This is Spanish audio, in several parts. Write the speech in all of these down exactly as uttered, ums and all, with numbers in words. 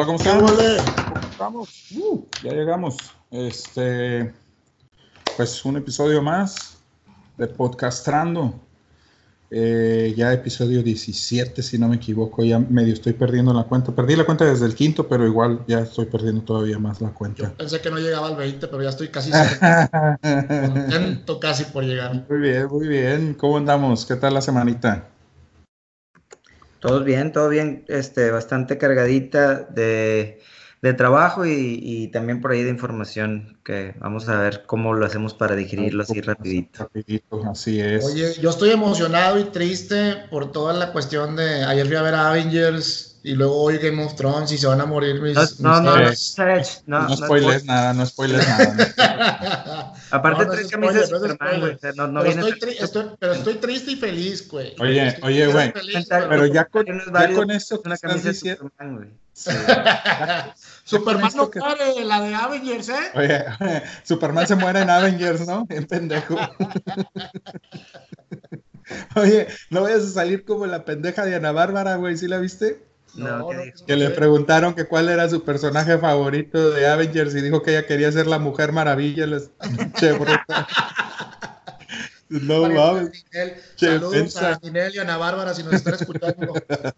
Hola, ¿cómo están? ¿Cómo estamos? Uh, ya llegamos. Este, pues un episodio más de Podcastrando. Eh, ya episodio diecisiete, si no me equivoco. Ya medio estoy perdiendo la cuenta. Perdí la cuenta desde el quinto, pero igual ya estoy perdiendo todavía más la cuenta. Yo pensé que no llegaba al veinte, pero ya estoy casi cerca. Contento casi por llegar. Muy bien, muy bien. ¿Cómo andamos? ¿Qué tal la semanita? Todo bien, todo bien, este, bastante cargadita de, de trabajo y, y también por ahí de información que vamos a ver cómo lo hacemos para digerirlo así rapidito. Rapidito, así es. Oye, yo estoy emocionado y triste por toda la cuestión de... Ayer fui a ver a Avengers y luego hoy Game of Thrones y se van a morir mis... No, mis no, no, héroes. no, No, no, no spoiles nada, no spoiles nada. Aparte No, no tres es camisas spoiler, no es Superman, güey. spoiler. O sea, no, no Pero, viene estoy tri- estoy- pero estoy triste y feliz, güey. Oye, Estoy oye, triste y güey, feliz, pero ya con, no es ya válido con esto que una estás camisa de diciendo, Superman, güey. sí. Superman esto no que- muere, la de Avengers, ¿eh? Oye, Superman se muere en Avengers, ¿no? En pendejo. Oye, no vayas a salir como la pendeja de Ana Bárbara, güey, ¿sí la viste? No, ¿qué dijo? Que le preguntaron que cuál era su personaje favorito de Avengers y dijo que ella quería ser la Mujer Maravilla. Les... Che, bruta. No mames. Che, Saludos pensa. a Ninel y a Ana Bárbara si nos están escuchando.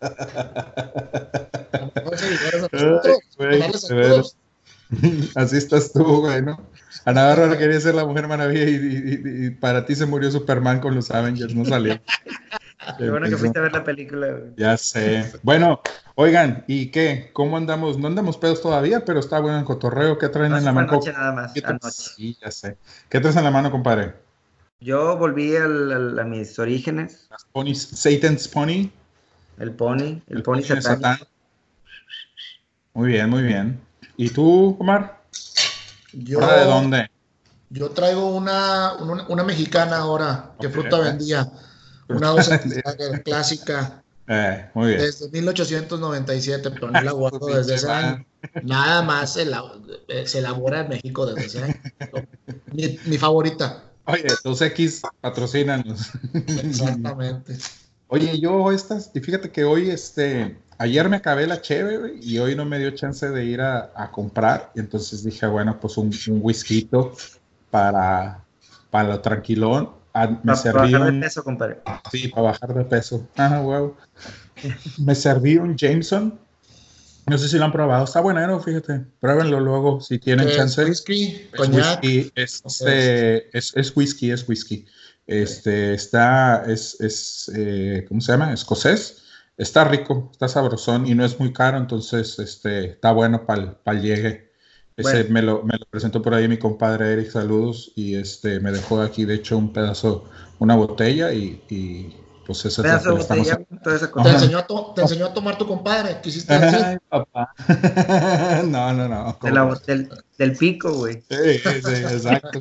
A lo mejor seguidores a nosotros, Ay, güey, mandarles de veras. saludos. Así estás tú, güey, ¿no? Ana Bárbara quería ser la Mujer Maravilla y, y- y para ti se murió Superman con los Avengers, no salió. Qué bueno que fuiste a ver la película, güey. Ya sé. Bueno, oigan, ¿y qué? ¿Cómo andamos? No andamos pedos todavía, pero está bueno el cotorreo. ¿Qué traen No, en eso la fue mano? anoche nada más, ¿Qué tra- anoche. Sí, ya sé. ¿Qué traes en la mano, compadre? Yo volví al- al- a mis orígenes, Las ponies, Satan's Pony. el pony, el, El pony pony de satánico. Satán. Muy bien, muy bien. ¿Y tú, Omar? Yo, ¿Ahora de dónde? yo traigo una, una, una mexicana ahora. ¿Qué Ok, fruta ok. vendía? Una doce clásica Eh, muy bien. desde mil ochocientos noventa y siete, pero no la guardo desde ese año. Nada más se, la- eh, se elabora en México desde ese año. Mi, mi favorita. Oye, dos X, patrocínanos. Exactamente. Oye, yo estas, y fíjate que hoy, este, ayer me acabé la cheve, güey, y hoy no me dio chance de ir a, a comprar, y entonces dije, bueno, pues un, un whiskito para, para lo tranquilón. Ah, me Para serví bajar un, de peso, compadre. sí, para bajar de peso. Ajá, wow. Me serví un Jameson. No sé si lo han probado, está bueno, fíjate, pruébenlo luego si tienen ¿Qué es? chance. Whisky, Es coñac. whisky, es, este, es, es whisky, es whisky. Este, está, es, es eh, ¿cómo se llama? Escocés. Está rico, está sabrosón y no es muy caro, entonces este, está bueno para el llegue. Ese Bueno. me, lo, me lo presentó por ahí mi compadre Eric, saludos, y este, me dejó aquí, de hecho, un pedazo, una botella y, y pues esa es la Pedazo que de le estamos botella, toda esa Te cosa. enseñó, a to- te enseñó a tomar tu compadre. Quisiste decir. Ay, papá. No, no, no. De la, del, del pico, güey. Sí, sí, exacto.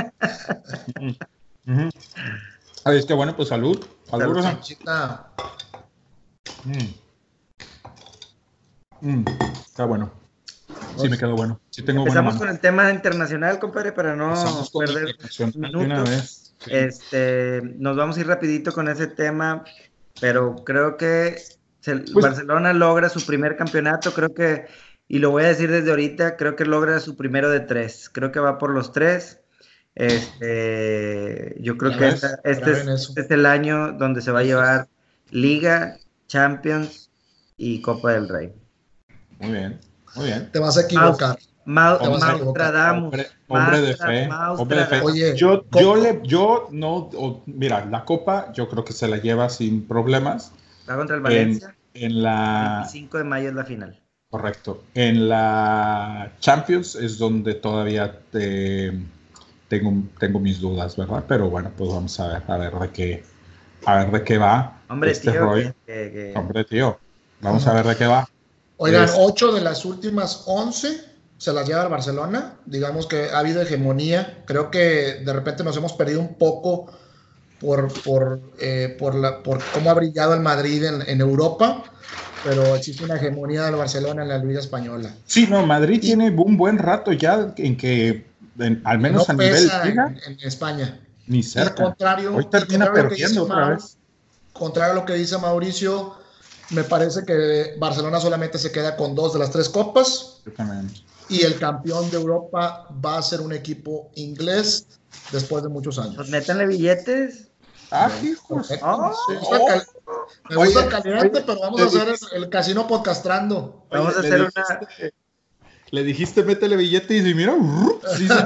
Ujú. Ay, es que bueno, pues salud. Salud, Rosa. Chanchita. Mm. Mm, Está bueno. Sí, me quedó bueno. Sí, tengo buena Empezamos mano. con el tema internacional, compadre, para no Empezamos con perder internacional de una minutos. vez. Sí. Este, nos vamos a ir rapidito con ese tema, pero creo que se- Pues- Barcelona logra su primer campeonato, creo que, y lo voy a decir desde ahorita, creo que logra su primero de tres, creo que va por los tres. Este, yo creo Ya que ves, esta- este, graben es, eso. este es el año donde se va a llevar Liga, Champions y Copa del Rey. Muy bien, muy bien. Te vas a equivocar. Mau- Te vas a Maustradamus, Hombre, hombre de Maustra- fe. Hombre de fe. Maustradamus. Oye, Yo, ¿cómo? yo, le, yo no, o- mira, la copa yo creo que se la lleva sin problemas. Va contra el En, Valencia. en la, veinticinco de mayo es la final. correcto. En la Champions es donde todavía te- tengo, tengo mis dudas, ¿verdad? Pero bueno, pues vamos a ver, a ver de qué, a ver de qué va Hombre, este tío, rollo. que- que- que- Hombre, tío, vamos a ver de qué va. Oigan, Es- ocho de las últimas once se las lleva el Barcelona. Digamos que ha habido hegemonía. Creo que de repente nos hemos perdido un poco por, por, eh, por, la, por cómo ha brillado el Madrid en, en Europa, pero existe una hegemonía del Barcelona en la Liga Española. Sí, no, Madrid tiene un buen rato ya en que, en- al menos no a nivel pesa liga, en, en España. ni Y cerca. contrario, Hoy termina contrario a lo que perdiendo dice otra Mau- vez. Contrario a lo que dice Mauricio, Me parece que Barcelona solamente se queda con dos de las tres copas. Yo también. Y el campeón de Europa va a ser un equipo inglés después de muchos años. Pues métanle billetes. Ah, hijos. Oh, Me gusta el cal- me gusta el caliente, pero vamos a le hacer el, el casino podcastrando. Vamos a le hacer una- dijiste- Le dijiste, métele billete y mira, se hizo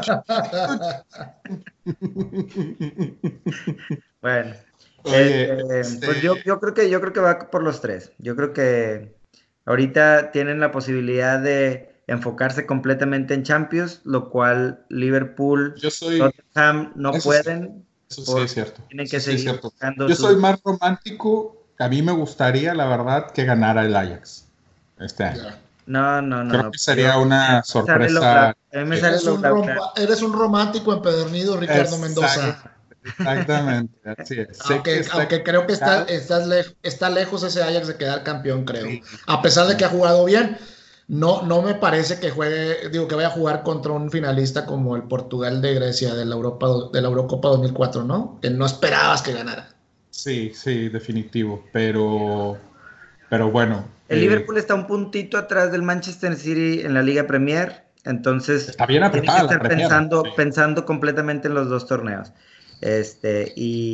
Bueno, Oye, este, este- pues yo, yo creo que yo creo que va por los tres. Yo creo que ahorita tienen la posibilidad de enfocarse completamente en Champions, lo cual Liverpool, Yo soy, Tottenham no eso sí, pueden. eso sí por- es cierto. Tienen que Eso sí es seguir cierto. buscando Yo su- soy más romántico. A mí me gustaría, la verdad, que ganara el Ajax este año. Ya. No, no, no. Creo no, que sería yo- una me sale sorpresa. lo bla- a mí me sale Eres lo un, bla- rompa- eres un romántico empedernido, Ricardo Exacto. Mendoza. Exactamente, así es. Sé Aunque, que está aunque creo que está, complicado. estás lej- está lejos ese Ajax de quedar campeón, creo. Sí. A pesar de que ha jugado bien, no, no me parece que juegue, digo, que vaya a jugar contra un finalista como el Portugal de Grecia de la, Europa, de la Eurocopa dos mil cuatro, ¿no? Que no esperabas que ganara. Sí, sí, definitivo. Pero, pero bueno. El eh, Liverpool está un puntito atrás del Manchester City en la Liga Premier, entonces Está bien tienen que apretada la estar Premier, pensando, sí. pensando completamente en los dos torneos. Este,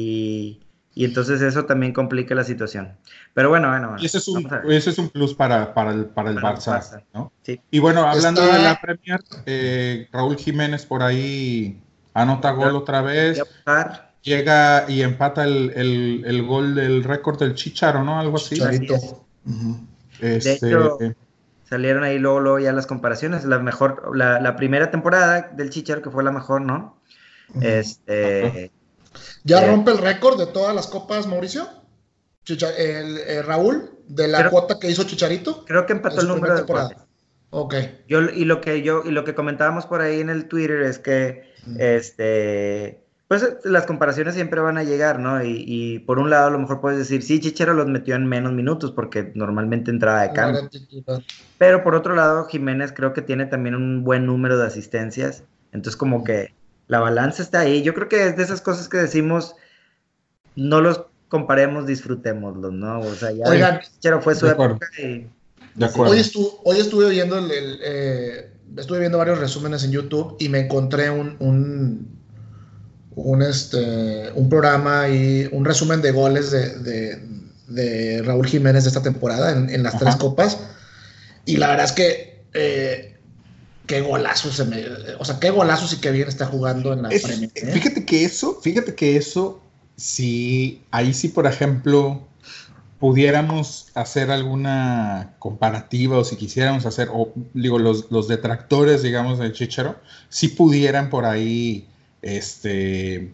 y, y entonces eso también complica la situación. Pero bueno, bueno, bueno. Y ese es un, vamos a ver. ese es un plus para, para el, para el Para el Barça, Barça. ¿no? Sí. Y bueno, hablando Está- de la Premier, eh, Raúl Jiménez por ahí anota gol otra vez, Voy a buscar. llega y empata el, el, el gol del récord del Chicharo, ¿no? Algo así. Chicharito. Así es. Ujú. Este, De hecho, salieron ahí luego, luego ya las comparaciones. La mejor, la, la primera temporada del Chicharo, que fue la mejor, ¿no? Ujú. Este, ¿Ya eh, rompe el récord de todas las copas, Mauricio? Chicha- el, eh, Raúl, de la Creo- cuota que hizo Chicharito. creo que en empató su el número primera de temporada. goles. Ok. Yo, y lo que yo, y lo que comentábamos por ahí en el Twitter es que, Mm. este, pues las comparaciones siempre van a llegar, ¿no? Y, y por un lado a lo mejor puedes decir, sí, Chichero los metió en menos minutos porque normalmente entraba de No cambio. era titular. Pero por otro lado, Jiménez creo que tiene también un buen número de asistencias. Entonces como que la balanza está ahí. Yo creo que es de esas cosas que decimos, no los comparemos, disfrutémoslos, ¿no? O sea, ya Oigan, Chichero fue su de acuerdo. época y... de acuerdo. Hoy, estu- hoy estuve viendo el, el, eh, estuve viendo varios resúmenes en YouTube y me encontré un, un, un, este, un programa y un resumen de goles de, de, de Raúl Jiménez de esta temporada en, en las Ajá. tres copas. Y la verdad es que eh, qué golazo se me, o sea, qué golazo sí que bien está jugando en la Es- Premier. ¿eh? Fíjate que eso, fíjate que eso, sí, ahí sí, por ejemplo, pudiéramos hacer alguna comparativa o si quisiéramos hacer, o digo, los, los detractores, digamos, del Chicharo, sí pudieran por ahí, este,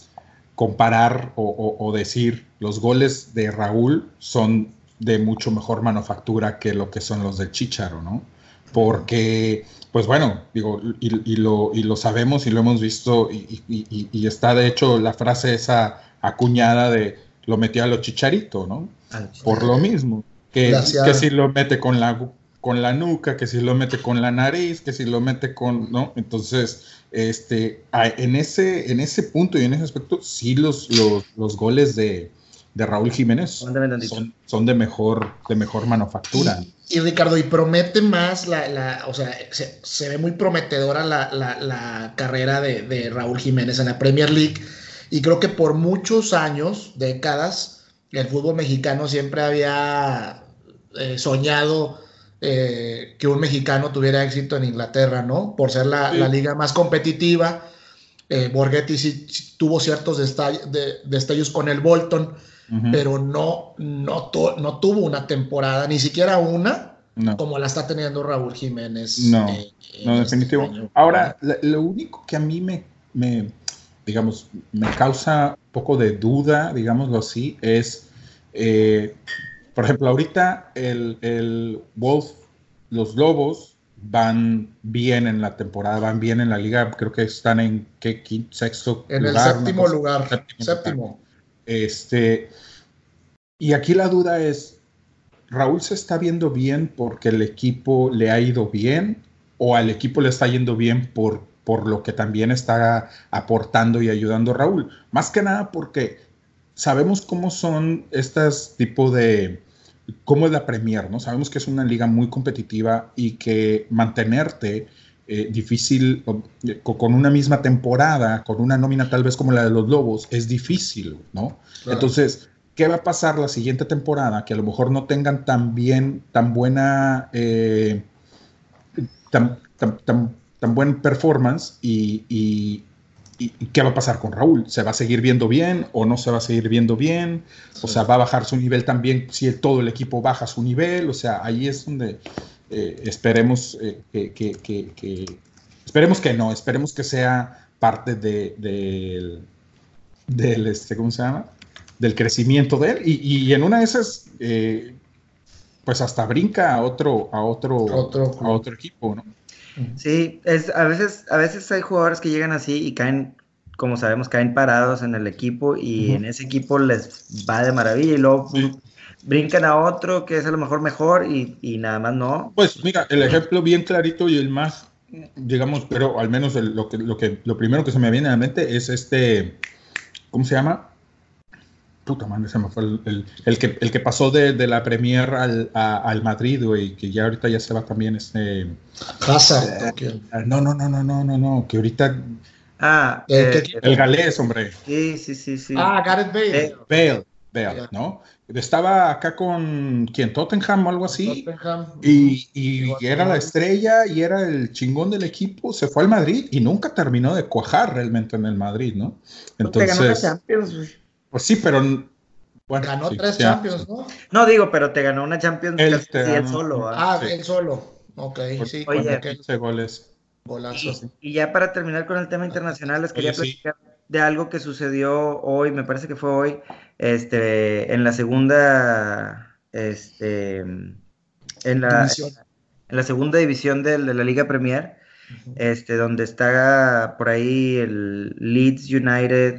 comparar o, o- o decir, los goles de Raúl son de mucho mejor manufactura que lo que son los del Chicharo, ¿no? Porque, pues bueno, digo, y, y lo, y lo sabemos y lo hemos visto, y, y- y- y está de hecho la frase esa acuñada de lo metió a lo Chicharito, ¿no? Por lo mismo, que, Glaciar. que si lo mete con la, con la nuca, que si lo mete con la nariz, que si lo mete con, ¿no? Entonces, este, a- en ese, en ese punto y en ese aspecto, sí los, los, los goles de, de Raúl Jiménez Aguántame tantito. son, son de mejor, de mejor manufactura. Y, y Ricardo, y promete más la, la o sea, se, se ve muy prometedora la, la, la carrera de, de Raúl Jiménez en la Premier League. Y creo que por muchos años, décadas, el fútbol mexicano siempre había eh, soñado eh, que un mexicano tuviera éxito en Inglaterra, ¿no? Por ser la, Sí. la liga más competitiva. Eh, Borghetti sí, sí tuvo ciertos destall- de- destellos con el Bolton, Ujú. pero no, no, tu- no tuvo una temporada, ni siquiera una, No. como la está teniendo Raúl Jiménez. No, eh, No, en definitivo. este año. Ahora, la- lo único que a mí me, me, digamos, me causa un poco de duda, digámoslo así, es, eh, por ejemplo, ahorita el, el Wolf, los Lobos van bien en la temporada, van bien en la liga, creo que están en ¿qué? Quinto, sexto En el lugar, una séptimo cosa- lugar. séptimo Séptimo. lugar. Este, y aquí la duda es, ¿Raúl se está viendo bien porque el equipo le ha ido bien o al equipo le está yendo bien por, por lo que también está aportando y ayudando Raúl? Más que nada porque sabemos cómo son estas tipo de, cómo es la Premier, ¿no? Sabemos que es una liga muy competitiva y que mantenerte eh, difícil eh, con una misma temporada, con una nómina tal vez como la de los Lobos, es difícil, ¿no? Claro. Entonces, ¿qué va a pasar la siguiente temporada? Que a lo mejor no tengan tan bien, tan buena, eh, tan, tan, tan, tan buen performance y, y ¿Y qué va a pasar con Raúl? ¿Se va a seguir viendo bien o no se va a seguir viendo bien? Sí. O sea, ¿va a bajar su nivel también si el, todo el equipo baja su nivel? O sea, ahí es donde eh, esperemos eh, que, que, que, que esperemos que no, esperemos que sea parte de, de, del, este, ¿cómo se llama? Del crecimiento de él. Y, y en una de esas, eh, pues hasta brinca a otro, a otro, otro, a otro equipo, ¿no? Sí, es, a veces, a veces hay jugadores que llegan así y caen, como sabemos, caen parados en el equipo y uh-huh. en ese equipo les va de maravilla y luego sí. brincan a otro que es a lo mejor mejor y, y nada más no. Pues mira, el ejemplo bien clarito y el más, digamos, pero al menos el, lo, que, lo, que, lo primero que se me viene a la mente es este, ¿cómo se llama? Puta madre, se me fue el, el, el, que, el que pasó de, de la Premier al, a, al Madrid, güey, que ya ahorita ya se va también este... Hazard. Eh, no, no, no, no, no, no, no, que ahorita... Ah, eh, eh, el galés, hombre. Sí, sí, sí, sí. Ah, Gareth Bale. Bale, Bale, yeah. ¿no? Estaba acá con, ¿quién? Tottenham o algo así. Tottenham. Y, y, y era la estrella y era el chingón del equipo, se fue al Madrid y nunca terminó de cuajar realmente en el Madrid, ¿no? Entonces... Te ganó la Champions, güey. Pues sí, pero bueno, ganó sí, tres ya, Champions, sí. ¿no? No digo, pero te ganó una Champions él, casi él ganó, solo. ¿eh? Ah, sí. él solo. Ok, Por, sí. Oye, quince goles. Golazo. Y, y ya para terminar con el tema internacional, les quería Oye, platicar sí. de algo que sucedió hoy, me parece que fue hoy, este, en la segunda, este, en la, división. en la segunda división de, de la Liga Premier, uh-huh. este, donde está por ahí el Leeds United,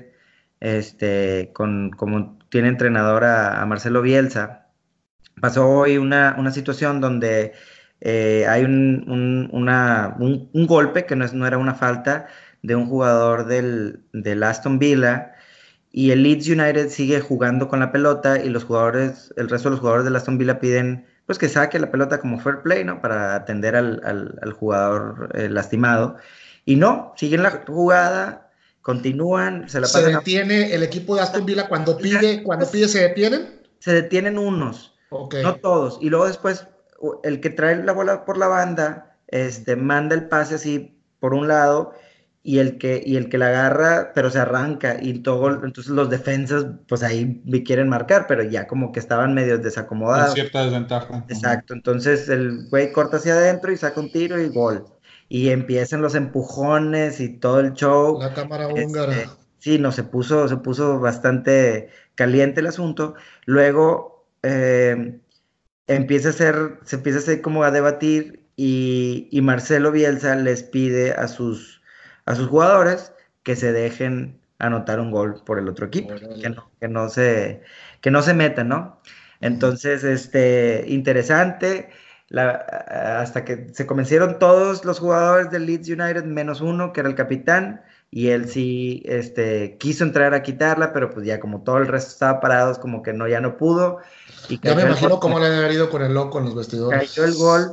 este, con, como tiene entrenador a, a Marcelo Bielsa. Pasó hoy una, una situación donde eh, hay un, un, una, un, un golpe que no, es, no era una falta de un jugador del, del Aston Villa y el Leeds United sigue jugando con la pelota y los jugadores, el resto de los jugadores del Aston Villa piden pues que saque la pelota como fair play, ¿no? Para atender al, al, al jugador eh, lastimado y no, siguen la jugada. Continúan, se la ¿Se pasan detiene a... el equipo de Aston Villa cuando pide, cuando pide se detienen? Se detienen unos, okay. No todos, y luego después el que trae la bola por la banda, este, manda el pase así por un lado, y el que, y el que la agarra, pero se arranca, y todo, entonces los defensas, pues ahí quieren marcar, pero ya como que estaban medio desacomodados. Con cierta desventaja. Exacto, entonces el güey corta hacia adentro y saca un tiro y gol. Y empiezan los empujones y todo el show. La cámara este, húngara. Sí, no, se puso, se puso bastante caliente el asunto. Luego eh, empieza a ser, se empieza a hacer como a debatir y, y Marcelo Bielsa les pide a sus, a sus jugadores que se dejen anotar un gol por el otro equipo, que no, que no se, que no se metan, ¿no? Entonces, este, interesante. La, hasta que se convencieron todos los jugadores del Leeds United, menos uno, que era el capitán, y él sí este, quiso entrar a quitarla, pero pues ya como todo el resto estaba parados, como que no, ya no pudo. Y ya me imagino cómo le había ido con el loco en los vestidores. Cayó el gol,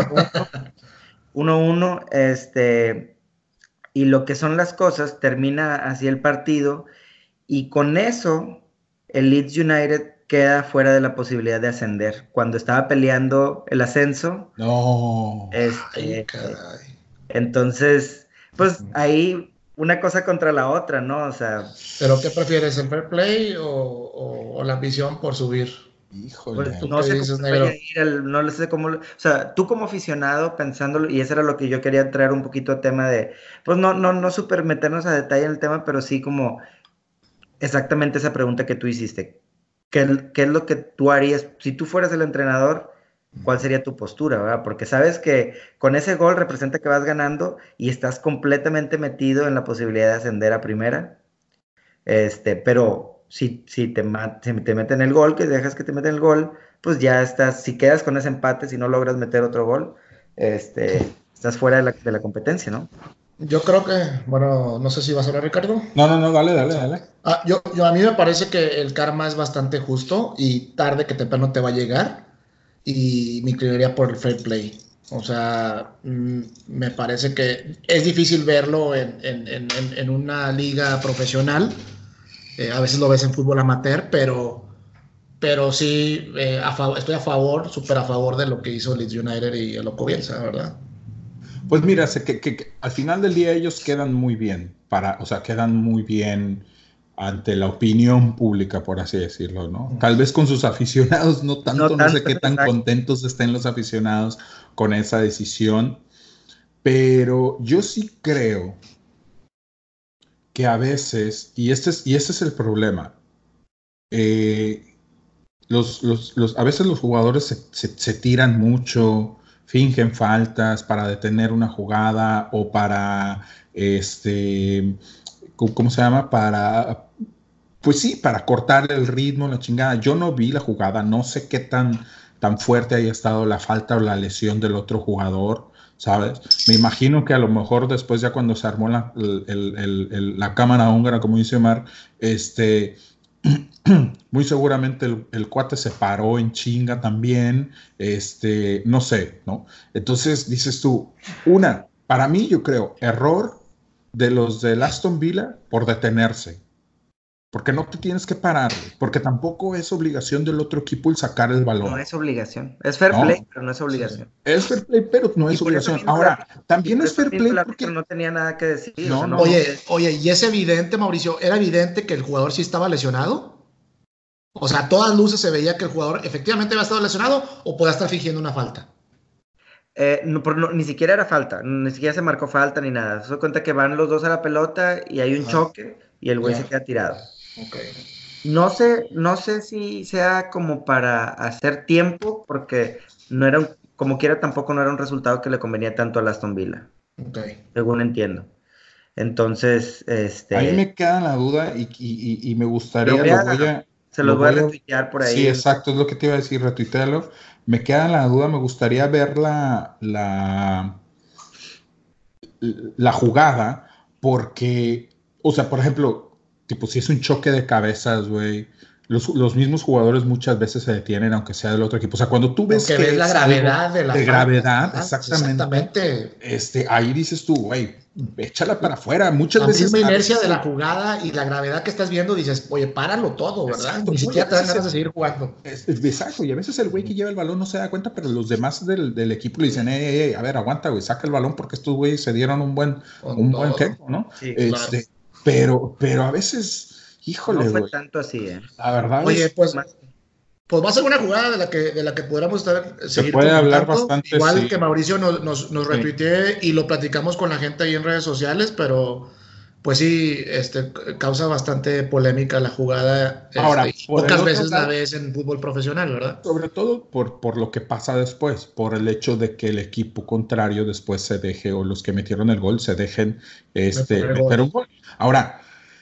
uno uno, este, y lo que son las cosas, termina así el partido, y con eso el Leeds United queda fuera de la posibilidad de ascender. Cuando estaba peleando el ascenso. No. Este, Ay, caray. Entonces, pues ahí una cosa contra la otra, ¿no? O sea. ¿Pero qué prefieres, el fair play o, o, o la ambición por subir? Híjole. Pues, no sé dices, cómo vaya a ir al, no sé cómo, o sea, tú como aficionado pensándolo, y eso era lo que yo quería traer un poquito a tema de, pues no, no, no súper meternos a detalle en el tema, pero sí como exactamente esa pregunta que tú hiciste. ¿Qué, ¿Qué es lo que tú harías? Si tú fueras el entrenador, ¿cuál sería tu postura, verdad? Porque sabes que con ese gol representa que vas ganando y estás completamente metido en la posibilidad de ascender a primera. Este, pero si, si, te, si te meten el gol, que dejas que te meten el gol, pues ya estás, si quedas con ese empate, si no logras meter otro gol, este, estás fuera de la, de la competencia, ¿no? Yo creo que, bueno, no sé si vas a hablar, Ricardo. No, no, no, dale, dale, dale. Ah, yo, yo, a mí me parece que el karma es bastante justo y tarde que temprano te va a llegar y me inclinaría por el fair play. O sea, mm, me parece que es difícil verlo en, en, en, en una liga profesional. Eh, a veces lo ves en fútbol amateur, pero, pero sí eh, a favor, estoy a favor, súper a favor de lo que hizo Leeds United y el Loco Bielsa, ¿verdad? Pues mira, sé que, que, que al final del día ellos quedan muy bien, para, o sea, quedan muy bien ante la opinión pública, por así decirlo, ¿no? Tal vez con sus aficionados no tanto, No no sé tanto, qué tan exacto. contentos estén los aficionados con esa decisión, pero yo sí creo que a veces, y este es, y este es el problema, eh, los, los, los, a veces los jugadores se, se, se tiran mucho, fingen faltas para detener una jugada o para, este, ¿cómo se llama? Para, pues sí, para cortar el ritmo, la chingada. Yo no vi la jugada, no sé qué tan, tan fuerte haya estado la falta o la lesión del otro jugador, ¿sabes? Me imagino que a lo mejor después ya cuando se armó la, el, el, el, la cámara húngara, como dice Omar, este, muy seguramente el, el cuate se paró en chinga también, este, no sé, ¿no? Entonces dices tú, una, para mí yo creo, error de los del Aston Villa por detenerse. Porque no te tienes que parar, porque tampoco es obligación del otro equipo el sacar el balón. No es obligación. Es fair play, No, pero no es Sí. obligación. es fair play, pero no Y es por eso obligación. mismo, Ahora, y también por es eso fair mismo play el árbitro porque... no tenía nada que decir. O No, sea, no, no. no. Oye, oye, ¿y es evidente, Mauricio? ¿Era evidente que el jugador sí estaba lesionado? O sea, a todas luces se veía que el jugador efectivamente había estado lesionado o podía estar fingiendo una falta. Eh, no, por- no, ni siquiera era falta, ni siquiera se marcó falta ni nada. Se da cuenta que van los dos a la pelota y hay un Ajá, choque y el güey se ya, queda tirado. ok. No sé, no sé si sea como para hacer tiempo, porque no era un- como quiera tampoco no era un resultado que le convenía tanto a Aston Villa, Ok. según entiendo. Entonces, Ahí este, me queda la duda y, y, y me lo gustaría, voy lo a, voy a, se los lo voy a voy a, retuitear por sí, ahí. En- exacto, es lo que te iba a decir, retuitealo. Me queda la duda, me gustaría ver la, la, la jugada, porque, o sea, por ejemplo, tipo, si es un choque de cabezas, güey, los, los mismos jugadores muchas veces se detienen, aunque sea del otro equipo. O sea, cuando tú ves Porque ves que la es algo gravedad de la de falta. gravedad, Ajá, exactamente, exactamente. este, ahí dices tú, güey, échala para afuera. Muchas La veces, misma a inercia veces de la el, jugada y la gravedad que estás viendo, dices, oye, páralo todo, ¿verdad? exacto, Ni no, y a siquiera te dan veces ganas el, de seguir jugando. es- es- exacto, y a veces el güey que lleva el balón no se da cuenta, pero los demás del, del equipo le dicen, hey, hey, hey, a ver, aguanta, güey, saca el balón porque estos güeyes se dieron un buen, Con un buen todo. queco, ¿no? Sí, Claro. Este, pero, pero a veces, no híjole, fue güey, tanto así, ¿eh? la verdad Oye, es, pues, Más- pues va a ser una jugada de la que, de la que podríamos estar, se seguir puede hablar comentando. bastante, Igual que sí, Mauricio nos, nos, nos sí. retuitee y lo platicamos con la gente ahí en redes sociales, pero pues sí, este, causa bastante polémica la jugada, este, Ahora, y por el pocas otro veces la lado, ves en fútbol profesional, ¿verdad? sobre todo por, por lo que pasa después, por el hecho de que el equipo contrario después se deje, o los que metieron el gol se dejen Me este, pone el meter gol. un gol. Ahora,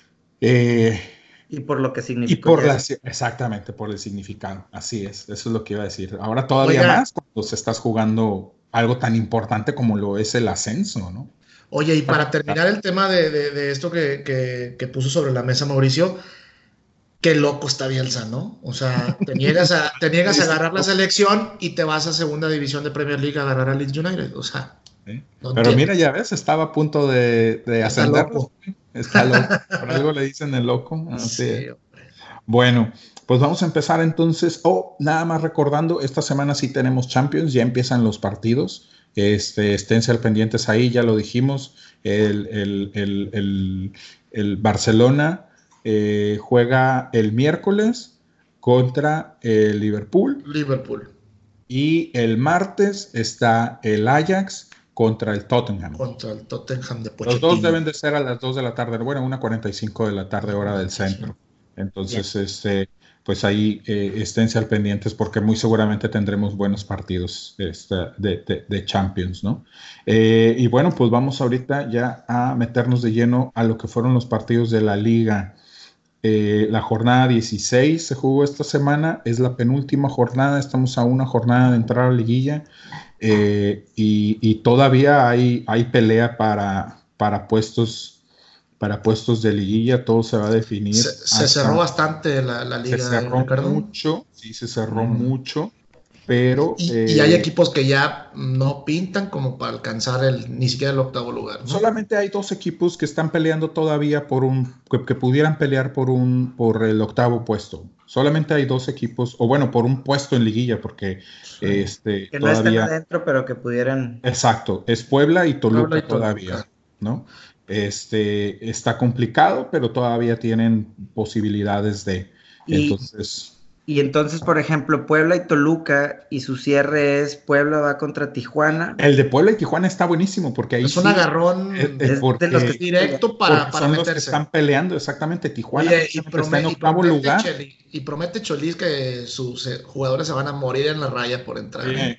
eh, y por lo que y significó por ya. la, exactamente, por el significado. Así es, eso es lo que iba a decir. Ahora todavía Oiga, más cuando se estás jugando algo tan importante como lo es el ascenso, ¿no? oye, y para terminar el tema de, de, de esto que, que, que puso sobre la mesa Mauricio, qué loco está Bielsa, ¿no? O sea, te niegas a, te niegas Sí, a sí, agarrar la no, selección y te vas a segunda división de Premier League a agarrar a Leeds United. O sea, ¿eh? no Pero entiendo. mira, ya ves, estaba a punto de, de Está ascenderlos. loco. Está loco. Por algo le dicen el loco. Así es. Sí. Bueno, pues vamos a empezar entonces. Oh, nada más recordando, esta semana sí tenemos Champions, ya empiezan los partidos. Este, esténse al pendientes ahí, ya lo dijimos. El, el, el, el, el Barcelona eh, juega el miércoles contra el Liverpool Liverpool y el martes está el Ajax contra el Tottenham. contra el Tottenham de Los dos Pochettino. deben de ser a las dos de la tarde, bueno, una cuarenta y cinco de la tarde, hora del centro. Bien. Entonces, este, pues ahí eh, esténse al pendientes porque muy seguramente tendremos buenos partidos este, de, de, de Champions, ¿no? Eh, y bueno, pues vamos ahorita ya a meternos de lleno a lo que fueron los partidos de la Liga. Eh, la jornada dieciséis se jugó esta semana, es la penúltima jornada, estamos a una jornada de entrar a la liguilla. Eh, y, y todavía hay, hay pelea para, para puestos, para puestos de liguilla, todo se va a definir. Se, se cerró bastante la, la liga. Se cerró Ricardo. mucho, sí, se cerró uh-huh. mucho. Pero, y, eh, y hay equipos que ya no pintan como para alcanzar el, ni siquiera el octavo lugar, ¿no? Solamente hay dos equipos que están peleando todavía por un, que, que pudieran pelear por un, por el octavo puesto. Solamente hay dos equipos, o bueno, por un puesto en liguilla, porque sí. este que no todavía están adentro, pero que pudieran. Exacto, es Puebla y Toluca, Puebla y Toluca. todavía, ¿no? Este está complicado, pero todavía tienen posibilidades de. Y... Entonces. Y entonces, por ejemplo, Puebla y Toluca, y su cierre es Puebla va contra Tijuana. El de Puebla y Tijuana está buenísimo, porque ahí es sí, un agarrón es, es porque, de los que directo para, para son meterse. Los que están peleando, exactamente. Tijuana Oye, y, promete, está en octavo y, lugar. Cheli, y promete Cholis que sus eh, jugadores se van a morir en la raya por entrar. ¿eh?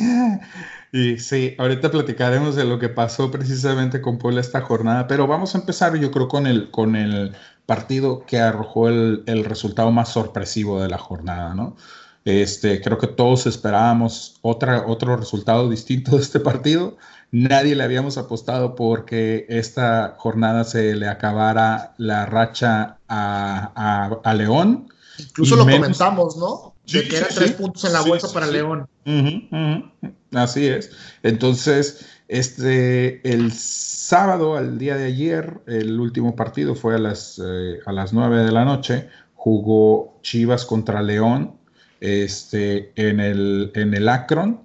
Y sí, ahorita platicaremos de lo que pasó precisamente con Puebla esta jornada, pero vamos a empezar yo creo con el, con el partido que arrojó el, el resultado más sorpresivo de la jornada, ¿no? Este, creo que todos esperábamos otra, otro resultado distinto de este partido. Nadie le habíamos apostado porque esta jornada se le acabara la racha a, a, a León. Incluso lo menos... comentamos, ¿no? De sí, que eran sí, tres sí. puntos en la sí, bolsa sí, para sí. León. Uh-huh, uh-huh. Así es. Entonces, este, el sábado, al día de ayer, el último partido fue a las, eh, a las nueve de la noche. Jugó Chivas contra León este, en, el, en el Akron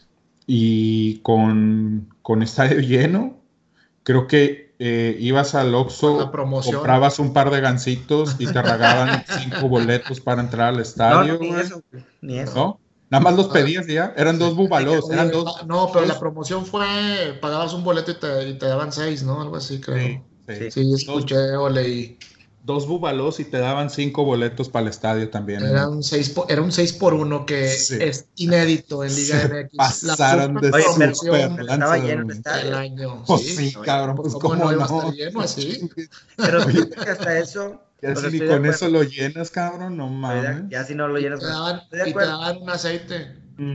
y con, con estadio lleno. Creo que eh, ibas al Oxxo, comprabas un par de gancitos y te regalaban cinco boletos para entrar al estadio. No, no, ni eso, ni eso. ¿No? Nada más los pedías ya, eran sí. dos búbalos, eran dos. No, pero la promoción fue, pagabas un boleto y te, y te daban seis, ¿no? Algo así, creo. Sí, sí. sí escuché dos, o leí. Dos búbalos y te daban cinco boletos para el estadio también. Era un seis por, era un seis por uno que sí. es inédito en Liga Se M X. Pasaron la de Oye, pero, super estaba lleno el estadio. El año. Pues sí, sí, cabrón, pues ¿cómo, cómo no? no? Estar lleno así? Pero fíjate que hasta eso... Ya si ni con eso lo llenas, cabrón, no mames. Ya si no lo llenas. Y te daban, y te daban un aceite. Mm.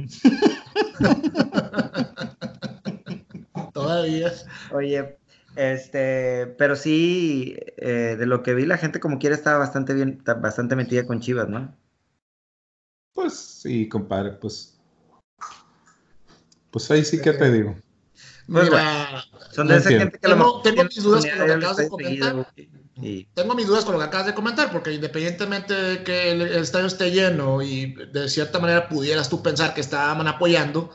Todavía. Oye, este, pero sí, eh, de lo que vi, la gente como quiera estaba bastante bien, bastante metida con Chivas, ¿no? Pues sí, compadre, pues. Pues ahí sí que te digo. Mira, pues bueno, son de no esa entiendo. Gente que tengo, lo tengo mis dudas con lo que acabas de comentar. Seguido, y... Tengo mis dudas con lo que acabas de comentar, porque independientemente de que el, el estadio esté lleno y de cierta manera pudieras tú pensar que estaban apoyando,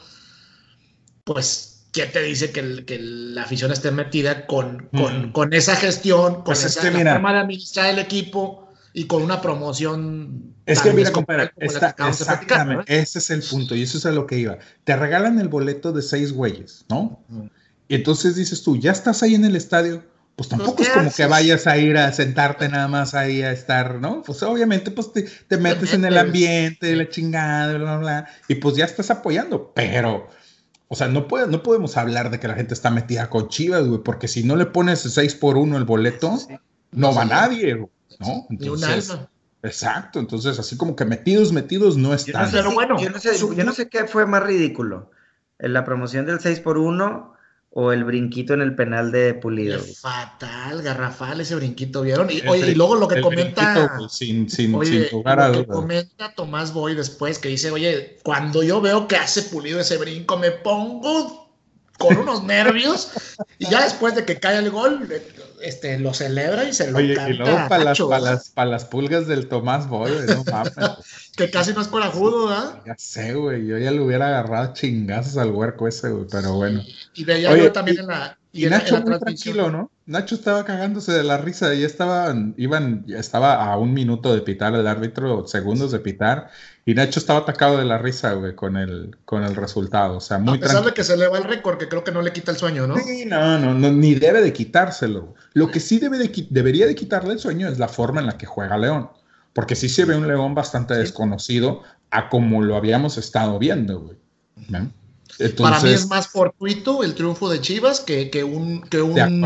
pues, ¿qué te dice que, el, que la afición esté metida con, con, mm. con esa gestión, con pues esa es que, mira, forma de administrar el equipo y con una promoción? Es que mira, compadre, está, exactamente, platicar, ¿no? Ese es el punto y eso es a lo que iba. Te regalan el boleto de seis güeyes, ¿no? Mm. Y entonces dices tú, ya estás ahí en el estadio, pues tampoco pues, es como haces? que vayas a ir a sentarte nada más ahí a estar, ¿no? Pues obviamente pues te, te metes te en el ambiente de la chingada, bla, bla, bla, y pues ya estás apoyando, pero, o sea, no, puede, no podemos hablar de que la gente está metida con Chivas, güey, porque si no le pones seis por uno el boleto, sí. no, no va nadie, güey, ¿no? Entonces, ni un alma. Exacto, entonces así como que metidos, metidos no están. Yo no sé, si, bueno, yo, no sé, yo no sé qué fue más ridículo, la promoción del seis por uno o el brinquito en el penal de Pulido. Fatal, garrafal ese brinquito, ¿vieron? Y, oye, y luego lo que comenta pues, sin, sin, oye, sin lugar a lo que dudas. comenta Tomás Boy después, que dice, oye, cuando yo veo que hace Pulido ese brinco, me pongo con unos nervios, y ya después de que cae el gol, este, lo celebra y se lo Oye, canta. Y luego para las, pa las, pa las pulgas del Tomás Boy, no mames. Que casi no es corajudo, ¿verdad? Ya sé, güey, yo ya le hubiera agarrado chingazos al huerco ese, güey, pero bueno. Y veía Oye, yo también y, en la Y, y Nacho en la muy tranquilo, ¿no? Nacho estaba cagándose de la risa, ya estaban, iban, ya estaba a un minuto de pitar el árbitro, segundos de pitar, y Nacho estaba atacado de la risa, güey, con el, con el resultado, o sea, muy tranquilo. A pesar de que se le va el récord, que creo que no le quita el sueño, ¿no? Sí, no, no, no, ni debe de quitárselo. Lo que sí debe de, debería de quitarle el sueño es la forma en la que juega León, porque sí se ve un León bastante sí. desconocido a como lo habíamos estado viendo, güey, ¿no? Entonces, para mí es más fortuito el triunfo de Chivas que, que un, que un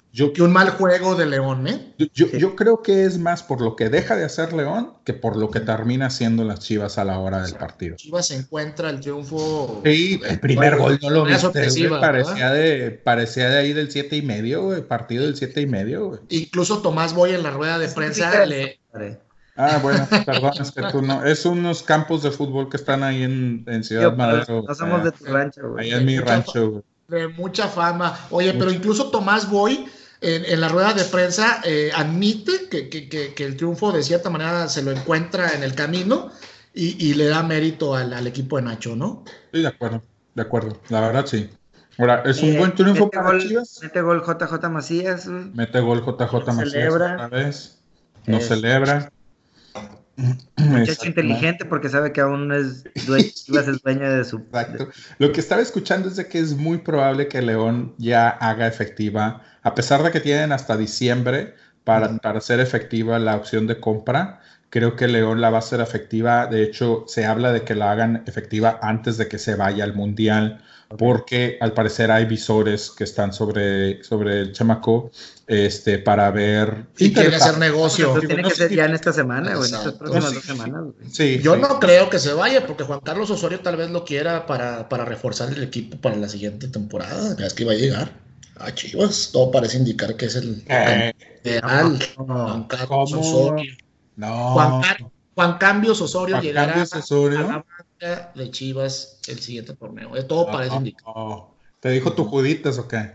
yo, que un mal juego de León, ¿eh? Yo, yo, yo creo que es más por lo que deja de hacer León que por lo que termina haciendo las Chivas a la hora del partido. Chivas se encuentra el triunfo. Sí, el primer gol no lo viste, güey, ¿verdad? parecía de, parecía de ahí del siete y medio, güey, partido del siete y medio, güey. Incluso Tomás Boy en la rueda de prensa le... Ah, bueno, perdón, es que tú no, es unos campos de fútbol que están ahí en, en Ciudad Madero. No somos de tu rancho, güey. Ahí en mi rancho, güey. De mucha fama. Oye, mucha. Pero incluso Tomás Boy en, en la rueda de prensa eh, admite que, que, que, que el triunfo de cierta manera se lo encuentra en el camino y, y le da mérito al, al equipo de Nacho, ¿no? Sí, de acuerdo, de acuerdo, la verdad sí. Ahora, es un eh, buen triunfo mete para gol, Chivas. Mete gol J J Macías. Güey. Mete gol J J Macías celebra. otra vez. No es... celebra. Muchacho inteligente porque sabe que aún es dueño, Chivas es dueño de su... Exacto. Lo que estaba escuchando es de que es muy probable que León ya haga efectiva, a pesar de que tienen hasta diciembre para, uh-huh. para hacer efectiva la opción de compra. Creo que León la va a hacer efectiva. De hecho, se habla de que la hagan efectiva antes de que se vaya al Mundial, okay. porque al parecer hay visores que están sobre, sobre el chamaco este, para ver... Y quiere hacer negocio. Pues tiene que ser ya en esta semana, güey, en estas próximas dos semanas. Güey. Sí, Yo sí. no creo que se vaya, porque Juan Carlos Osorio tal vez lo quiera para, para reforzar el equipo para la siguiente temporada. Es que va a llegar a Chivas. Todo parece indicar que es el eh, ideal. No, Juan Carlos ¿cómo? Osorio. No. Juan, Car- Juan Cambios Osorio Juan llegará Cambios Osorio. a la banca de Chivas el siguiente torneo. Todo no, parece indicar. No. ¿Te dijo tu Juditas o qué?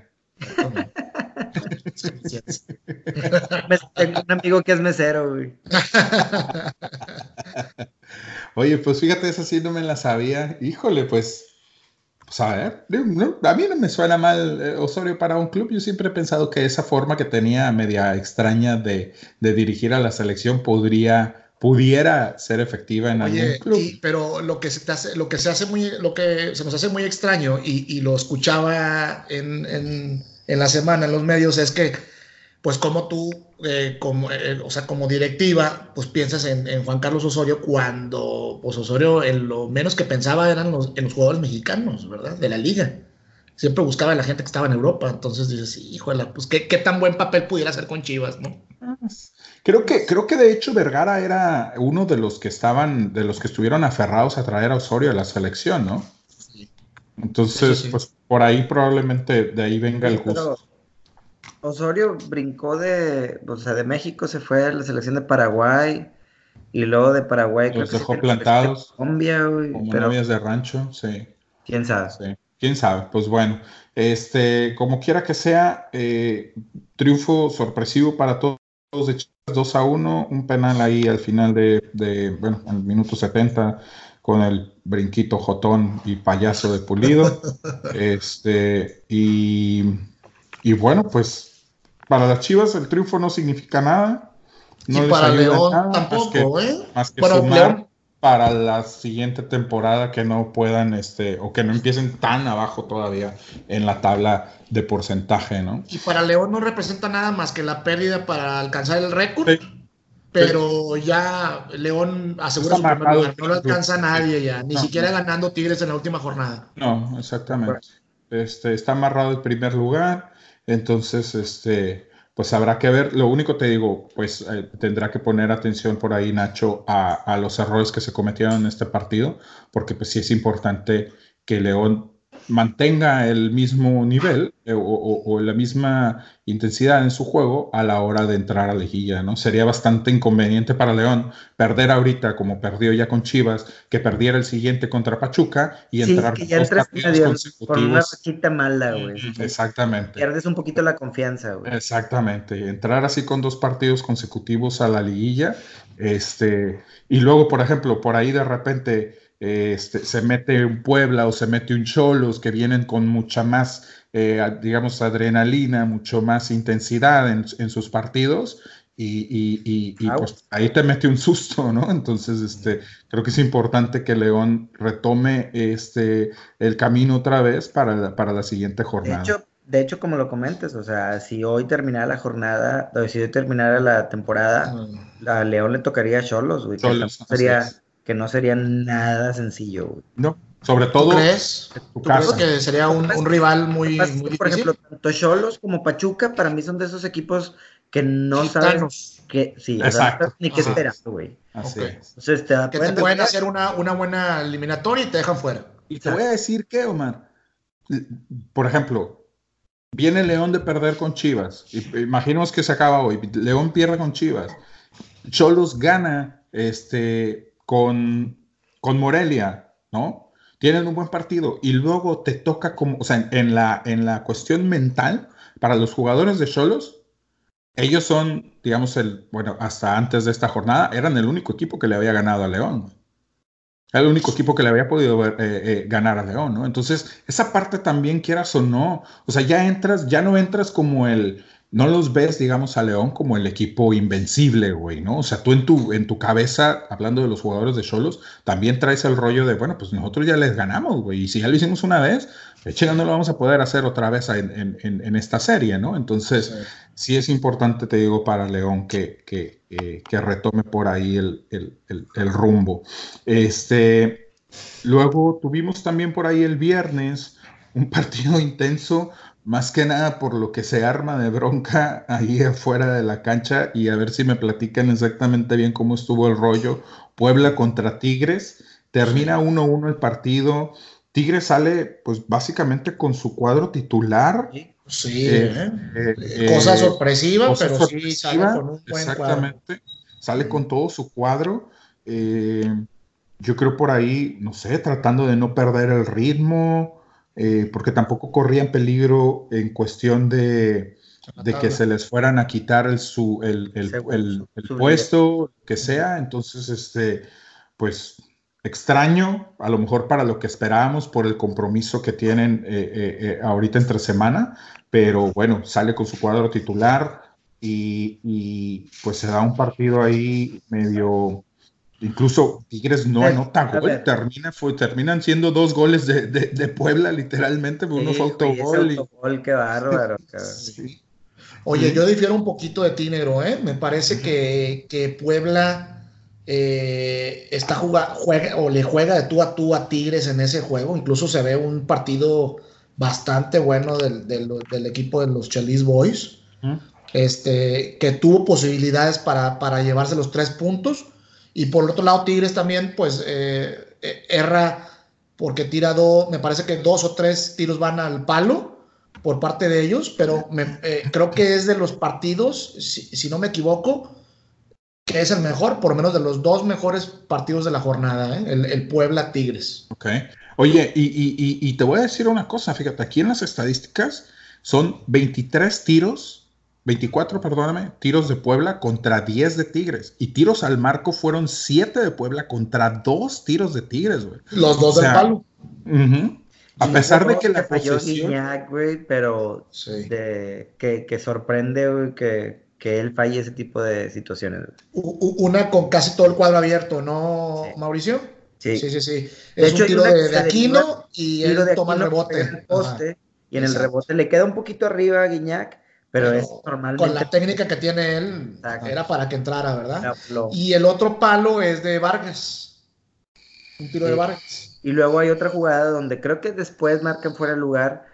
Tengo un amigo que es mesero, güey. Oye, pues fíjate, esa sí no me la sabía. Híjole, pues, pues a ver, no, a mí no me suena mal eh, Osorio para un club. Yo siempre he pensado que esa forma que tenía media extraña de, de dirigir a la selección podría... pudiera ser efectiva en Oye, algún club. Y, pero lo que se te hace, lo que se hace muy, lo que se nos hace muy extraño, y, y lo escuchaba en, en, en la semana en los medios, es que, pues, como tú, eh, como, eh, o sea, como directiva, pues piensas en, en Juan Carlos Osorio cuando, pues, Osorio en lo menos que pensaba eran los, en los jugadores mexicanos, ¿verdad? De la liga. Siempre buscaba a la gente que estaba en Europa. Entonces dices, híjole, pues, ¿qué, qué tan buen papel pudiera hacer con Chivas, ¿no? Creo que, creo que de hecho Vergara era uno de los que estaban, de los que estuvieron aferrados a traer a Osorio a la selección, ¿no? Sí. Entonces, sí, sí. pues por ahí probablemente de ahí venga sí, el gusto. Osorio brincó de, o sea, de México se fue a la selección de Paraguay y luego de Paraguay los creo dejó que plantados. Colombia, güey, como pero novias de rancho, sí. ¿Quién sabe? Sí. ¿Quién sabe? Pues bueno, este, como quiera que sea, eh, triunfo sorpresivo para todos de Chivas, dos a uno, un penal ahí al final de, de bueno, al minuto setenta con el brinquito jotón y payaso de Pulido. este, y, y bueno, pues para las Chivas el triunfo no significa nada. No y les para ayuda León nada, tampoco, más que, ¿eh? Más que para sumar León. para la siguiente temporada que no puedan, este, o que no empiecen tan abajo todavía en la tabla de porcentaje, ¿no? Y para León no representa nada más que la pérdida para alcanzar el récord, sí. pero sí. Ya León asegura Está su primer lugar, no lo club. alcanza nadie ya, ni no, siquiera no. ganando Tigres en la última jornada. No, exactamente. Este, está amarrado el primer lugar, entonces, este, pues habrá que ver. Lo único te digo, pues eh, tendrá que poner atención por ahí, Nacho, a, a los errores que se cometieron en este partido, porque pues sí es importante que León mantenga el mismo nivel eh, o, o, o la misma intensidad en su juego a la hora de entrar a liguilla, ¿no? Sería bastante inconveniente para León perder ahorita como perdió ya con Chivas, que perdiera el siguiente contra Pachuca y sí, entrar que ya dos partidos medio consecutivos. Con una rachita mala, güey. Exactamente. Pierdes un poquito la confianza, güey. Exactamente. Entrar así con dos partidos consecutivos a la liguilla, este, y luego, por ejemplo, por ahí de repente Este, se mete un Puebla o se mete un Xolos que vienen con mucha más, eh, digamos, adrenalina, mucho más intensidad en, en sus partidos y, y, y, y pues ahí te mete un susto, ¿no? Entonces, este, creo que es importante que León retome este, el camino otra vez para la, para la siguiente jornada. De hecho, de hecho, como lo comentas, o sea, si hoy terminara la jornada, o si hoy terminara la temporada, mm. a León le tocaría a Xolos, güey, que no sería... que no sería nada sencillo, güey. No, Sobre todo. ¿Tú crees? Tu ¿Tú crees casa. que sería un, un rival muy, Pasa que, muy por difícil? ejemplo, tanto Xolos como Pachuca para mí son de esos equipos que no Gitanos. sabes que, sí, o sea, no Exacto. sabes ni qué Ajá. esperar, güey. Así Ok. es. Entonces te Que te pueden pueden defender. hacer una, una buena eliminatoria y te dejan fuera. Y te voy a decir que, Omar, por ejemplo, viene León de perder con Chivas. Imaginemos que se acaba hoy. León pierde con Chivas. Xolos gana este, con, con Morelia, ¿no? Tienen un buen partido y luego te toca como, o sea, en, en la, en la cuestión mental, para los jugadores de Xolos, ellos son, digamos, el, bueno, hasta antes de esta jornada, eran el único equipo que le había ganado a León. Era el único equipo que le había podido ver, eh, eh, ganar a León, ¿no? Entonces, esa parte también, quieras o no, o sea, ya entras, ya no entras como el, no los ves, digamos, a León como el equipo invencible, güey, ¿no? O sea, tú en tu, en tu cabeza, hablando de los jugadores de Xolos, también traes el rollo de, bueno, pues nosotros ya les ganamos, güey, y si ya lo hicimos una vez, eche, no lo vamos a poder hacer otra vez en, en, en esta serie, ¿no? Entonces, sí. sí es importante, te digo, para León que, que, eh, que retome por ahí el, el, el, el rumbo. Este, luego tuvimos también por ahí el viernes un partido intenso, más que nada por lo que se arma de bronca ahí afuera de la cancha, y a ver si me platican exactamente bien cómo estuvo el rollo. Puebla contra Tigres, termina uno uno el partido. Tigres sale, pues básicamente con su cuadro titular. Sí, eh, eh, eh, cosa sorpresiva, cosa pero sorpresiva, sí sale con un buen exactamente. cuadro. Sale con todo su cuadro. Eh, yo creo por ahí, no sé, tratando de no perder el ritmo, eh, porque tampoco corrían peligro en cuestión de, de que se les fueran a quitar el, su, el, el, el, el puesto, que sea. Entonces, este, pues extraño, a lo mejor para lo que esperábamos por el compromiso que tienen eh, eh, eh, ahorita entre semana, pero bueno, sale con su cuadro titular y, y pues se da un partido ahí medio. Incluso Tigres no anota gol, termina, fue, terminan siendo dos goles de, de, de Puebla, literalmente, uno sí, fue autogol. Ese autogol, y... qué bárbaro. Sí. Oye, yo difiero un poquito de ti, negro, ¿eh? Me parece uh-huh. que, que Puebla eh, está juga, juega o le juega de tú a tú a Tigres en ese juego. Incluso se ve un partido bastante bueno del, del, del equipo de los Chelis Boys, uh-huh. este, que tuvo posibilidades para, para llevarse los tres puntos. Y por el otro lado, Tigres también, pues, eh, erra porque tira dos, me parece que dos o tres tiros van al palo por parte de ellos, pero me, eh, creo que es de los partidos, si, si no me equivoco, que es el mejor, por lo menos de los dos mejores partidos de la jornada, ¿eh? el, el Puebla-Tigres. Ok. Oye, y, y, y, y te voy a decir una cosa, fíjate, aquí en las estadísticas son veintitrés tiros, veinticuatro, perdóname, tiros de Puebla contra diez de Tigres. Y tiros al marco fueron siete de Puebla contra dos tiros de Tigres, güey. Los dos o sea, del palo. Uh-huh. A pesar de que la falló Guiñac, güey, pero sí. de, que, que sorprende, güey, que, que él falle ese tipo de situaciones. Una con casi todo el cuadro abierto, ¿no, sí. Mauricio? Sí, sí, sí. sí. De es hecho, un tiro de, de Aquino y él de toma Aquino el rebote. El poste, y en Exacto. el rebote le queda un poquito arriba a Guiñac. Pero, pero es normalmente... con la técnica que tiene él, Exacto. era para que entrara, ¿verdad? No, y el otro palo es de Vargas. Un tiro sí. de Vargas. Y luego hay otra jugada donde creo que después marcan fuera de lugar,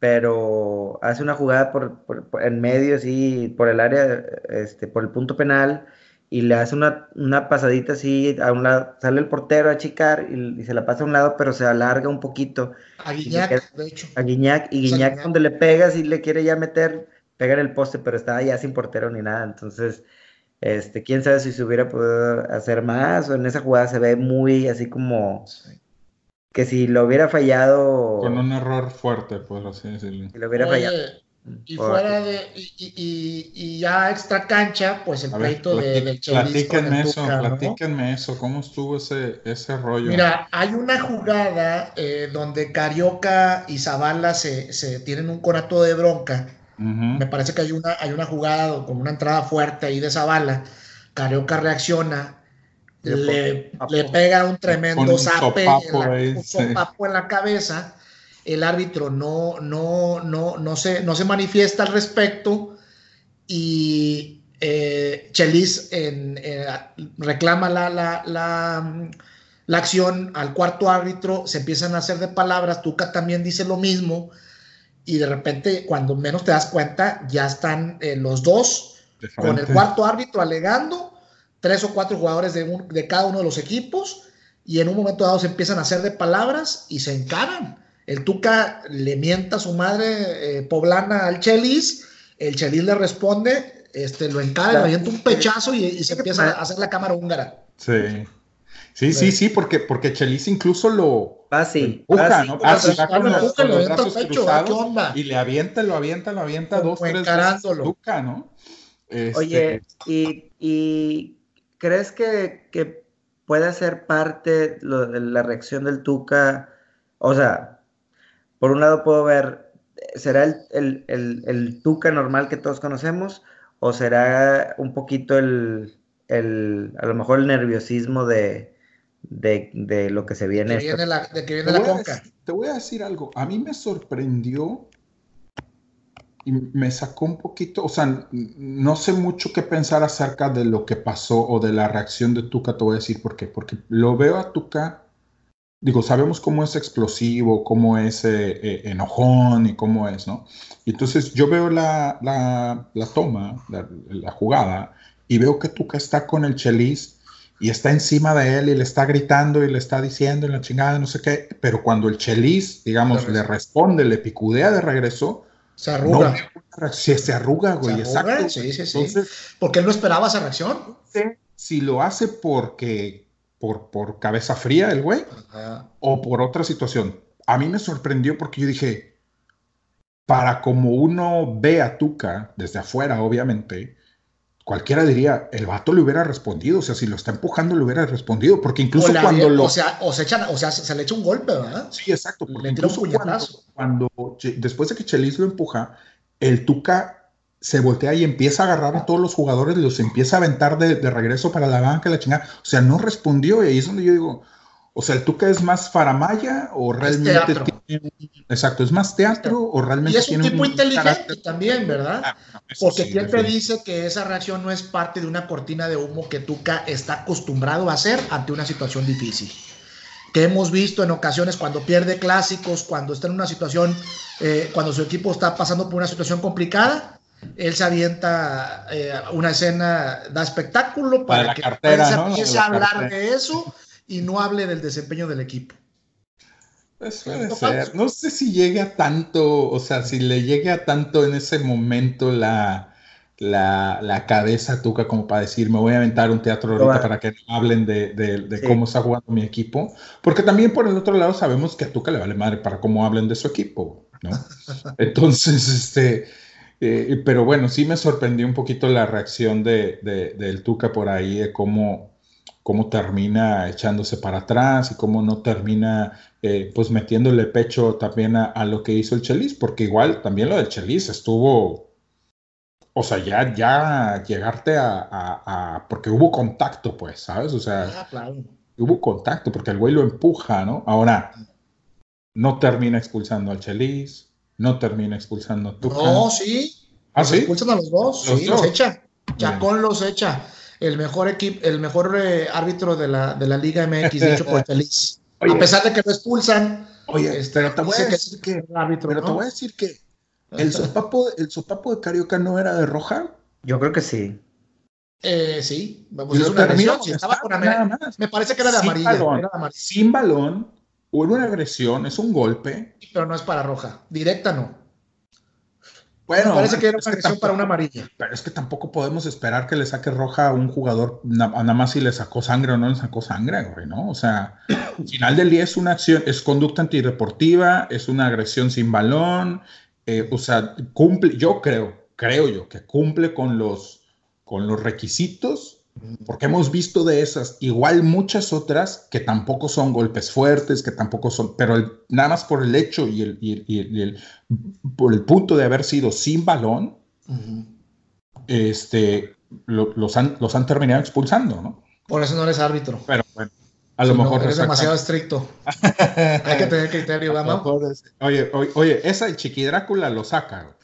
pero hace una jugada por, por, por en medio, así, por el área, este, por el punto penal, y le hace una, una pasadita así, a un lado, sale el portero a achicar y, y se la pasa a un lado, pero se alarga un poquito. A Guiñac, queda, de hecho. A Guiñac, y Guiñac, Guiñac donde le pegas y le quiere ya meter... pegar el poste, pero estaba ya sin portero ni nada, entonces, este, quién sabe si se hubiera podido hacer más, o en esa jugada se ve muy así como, sí. que si lo hubiera fallado... Con un error fuerte, por así decirlo. Si lo hubiera Oye, fallado. Y por... fuera de, y, y, y ya extra cancha, pues el pleito de, del Chelis con el eso, Tuca, platíquenme ¿no? eso, ¿cómo estuvo ese, ese rollo? Mira, hay una jugada eh, donde Carioca y Zavala se, se tienen un conato de bronca. Uh-huh. Me parece que hay una, hay una jugada con una entrada fuerte ahí de Zavala. Carioca reacciona, le, le pega un tremendo un zape, sopapo, en la, ahí, un sopapo sí. en la cabeza. El árbitro no, no, no, no, se, no se manifiesta al respecto y eh, Chelis en, eh, reclama la, la, la, la acción al cuarto árbitro, se empiezan a hacer de palabras, Tuca también dice lo mismo, y de repente, cuando menos te das cuenta, ya están eh, los dos con el cuarto árbitro alegando, tres o cuatro jugadores de, un, de cada uno de los equipos, y en un momento dado se empiezan a hacer de palabras y se encaran. El Tuca le mienta a su madre eh, poblana al Chelis, el Chelis le responde, este, lo encara, le avienta un pechazo y, y se empieza a hacer la cámara húngara. Sí. Sí, sí, sí, porque, porque Chelis incluso lo ah, sí, empuja, ah, sí. ¿no? Ah, sí, va con empuja, los, con los avienta brazos pecho, cruzados ¿qué y le avienta, lo avienta, lo avienta Como dos, tres encarándolo. veces Tuca, ¿no? Este... Oye, ¿y, y crees que, que puede ser parte lo, de la reacción del Tuca? O sea, por un lado puedo ver, ¿será el, el, el, el Tuca normal que todos conocemos? ¿O será un poquito el, el a lo mejor el nerviosismo de, de, de lo que se viene? De que viene la, de que viene te, la voy conca. decir, te voy a decir algo. A mí me sorprendió y me sacó un poquito, o sea, no sé mucho qué pensar acerca de lo que pasó o de la reacción de Tuca. Te voy a decir por qué. Porque lo veo a Tuca, digo, sabemos cómo es explosivo, cómo es eh, eh, enojón y cómo es, ¿no? Y entonces yo veo la, la, la toma, la, la jugada, y veo que Tuca está con el Chelis y está encima de él y le está gritando y le está diciendo en la chingada, no sé qué, pero cuando el Chelis, digamos, le responde, le picudea de regreso, se arruga. No, se, se arruga, güey, se arruga, exacto. Sí, sí, sí. Entonces, porque él no esperaba esa reacción. No sé si lo hace porque, por, por cabeza fría el güey, Ajá. o por otra situación. A mí me sorprendió porque yo dije, para como uno ve a Tuca desde afuera, obviamente, cualquiera diría, el vato le hubiera respondido, o sea, si lo está empujando le hubiera respondido, porque incluso o cuando había, lo... O sea, o se, echan, o sea, se le echa un golpe, ¿verdad? Sí, exacto, porque le tira un puñetazo. Cuando, cuando, después de que Chelis lo empuja, el Tuca se voltea y empieza a agarrar a todos los jugadores, los empieza a aventar de, de regreso para la banca, la chingada, o sea, no respondió, y ahí es donde yo digo, o sea, ¿el Tuca es más faramaya o realmente es tiene... Exacto, ¿es más teatro o realmente y es un tiene tipo un inteligente carácter... también, ¿verdad? Ah, no, Porque sí, quién te dice que esa reacción no es parte de una cortina de humo que Tuca está acostumbrado a hacer ante una situación difícil? Que hemos visto en ocasiones cuando pierde clásicos, cuando está en una situación, eh, cuando su equipo está pasando por una situación complicada, él se avienta eh, una escena, da espectáculo para, para que cartera, se ¿no? empiece a hablar cartera. de eso y no hable del desempeño del equipo. Pues puede ser. No sé si llegue a tanto, o sea, si le llegue a tanto en ese momento la, la, la cabeza a Tuca como para decir, me voy a aventar un teatro ahorita bueno. para que hablen de, de, de sí. cómo está jugando mi equipo. Porque también por el otro lado sabemos que a Tuca le vale madre para cómo hablen de su equipo, ¿no? Entonces, este... Eh, pero bueno, sí me sorprendió un poquito la reacción de, de, del Tuca por ahí, de cómo, cómo termina echándose para atrás y cómo no termina eh, pues metiéndole pecho también a, a lo que hizo el Chelis, porque igual también lo del Chelis estuvo, o sea, ya, ya llegarte a, a, a porque hubo contacto, pues, ¿sabes? O sea, ah, claro. hubo contacto porque el güey lo empuja, ¿no? Ahora, no termina expulsando al Chelis. No termina expulsando a Tuca. No, sí. ¿Ah, los sí? expulsan a los dos. ¿Los sí, dos? los echa. Chacón los echa. El mejor equipo, el mejor eh, árbitro de la, de la Liga M X, dicho por Feliz. Oye, a pesar de que lo expulsan. Oye, este, pero te voy a decir que, que árbitro, pero ¿no? te voy a decir que el sopapo, el sopapo de Carioca no era de roja. Yo creo que sí. Eh, sí, pues es una agresión. Si estaba con nada me parece que era de sin amarilla, balón, era de amarilla. Sin balón, hubo una agresión, es un golpe. Pero no es para roja, directa no. Bueno, me parece que era una agresión para una amarilla. Pero es que tampoco podemos esperar que le saque roja a un jugador nada na más si le sacó sangre o no le sacó sangre, güey, ¿no? O sea, al final del día es una acción, es conducta antideportiva, es una agresión sin balón, eh, o sea, cumple, yo creo, creo yo, que cumple con los, con los requisitos, porque hemos visto de esas, igual muchas otras que tampoco son golpes fuertes, que tampoco son, pero el, nada más por el hecho y el, y el, y el, y el por el punto de haber sido sin balón, uh-huh. este, lo, los, han, los han terminado expulsando, ¿no? Por eso no eres árbitro. Pero bueno, a lo si mejor... No, eres demasiado estricto. Hay que tener criterio, ¿verdad? Oye, oye, oye, esa el Chiqui Drácula lo saca.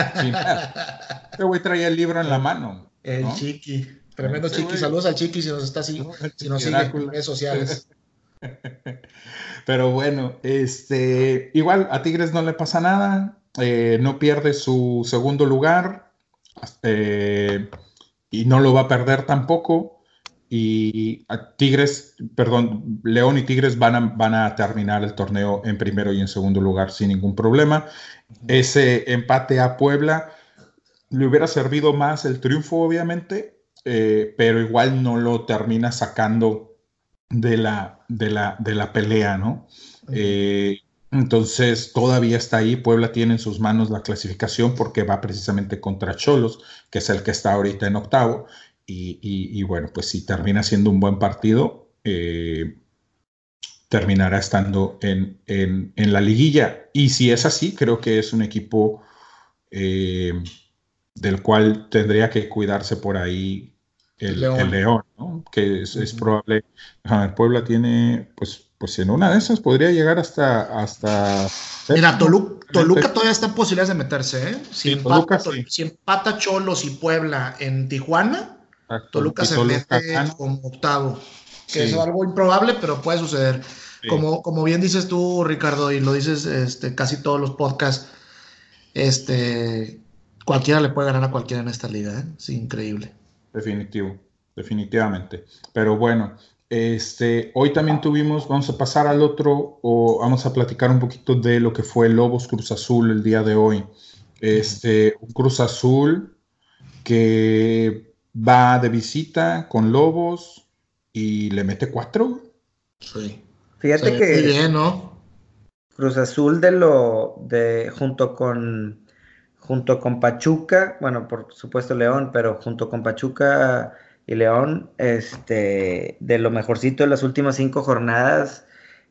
Este güey traía el libro en la mano. El ¿no? Chiqui. Tremendo Chiqui. Saludos al Chiqui si nos está así, no, si nos sigue en redes sociales. Pero bueno, este, igual a Tigres no le pasa nada, eh, no pierde su segundo lugar, eh, y no lo va a perder tampoco. Y a Tigres, perdón, León y Tigres van a, van a terminar el torneo en primero y en segundo lugar sin ningún problema. Ese empate a Puebla le hubiera servido más el triunfo, obviamente, eh, pero igual no lo termina sacando de la, de la, de la pelea, ¿no? Uh-huh. Eh, entonces todavía está ahí. Puebla tiene en sus manos la clasificación porque va precisamente contra Xolos, que es el que está ahorita en octavo. Y, y, y bueno, pues si termina siendo un buen partido, eh, terminará estando en, en, en la liguilla. Y si es así, creo que es un equipo eh, del cual tendría que cuidarse por ahí el León, el León, ¿no? Que es, uh-huh. es probable. El Puebla tiene, pues, pues en una de esas podría llegar hasta... hasta Mira, Toluca, Toluca todavía está en posibilidades de meterse, ¿eh? Si, sí, empata, Toluca, sí. si empata Xolos y Puebla en Tijuana, Exacto. Toluca y se Toluca mete gana. Como octavo. Que sí. Es algo improbable, pero puede suceder. Sí. Como, como bien dices tú, Ricardo, y lo dices este, casi todos los podcasts, este, cualquiera le puede ganar a cualquiera en esta liga, ¿eh? Es increíble. Definitivo, definitivamente. Pero bueno, este, hoy también tuvimos, vamos a pasar al otro, o vamos a platicar un poquito de lo que fue Lobos Cruz Azul el día de hoy. Este, un Cruz Azul que va de visita con Lobos y le mete cuatro. Sí. Fíjate sí, que muy bien, ¿no? Cruz Azul de lo de junto con junto con Pachuca, bueno, por supuesto León, pero junto con Pachuca y León, este, de lo mejorcito de las últimas cinco jornadas,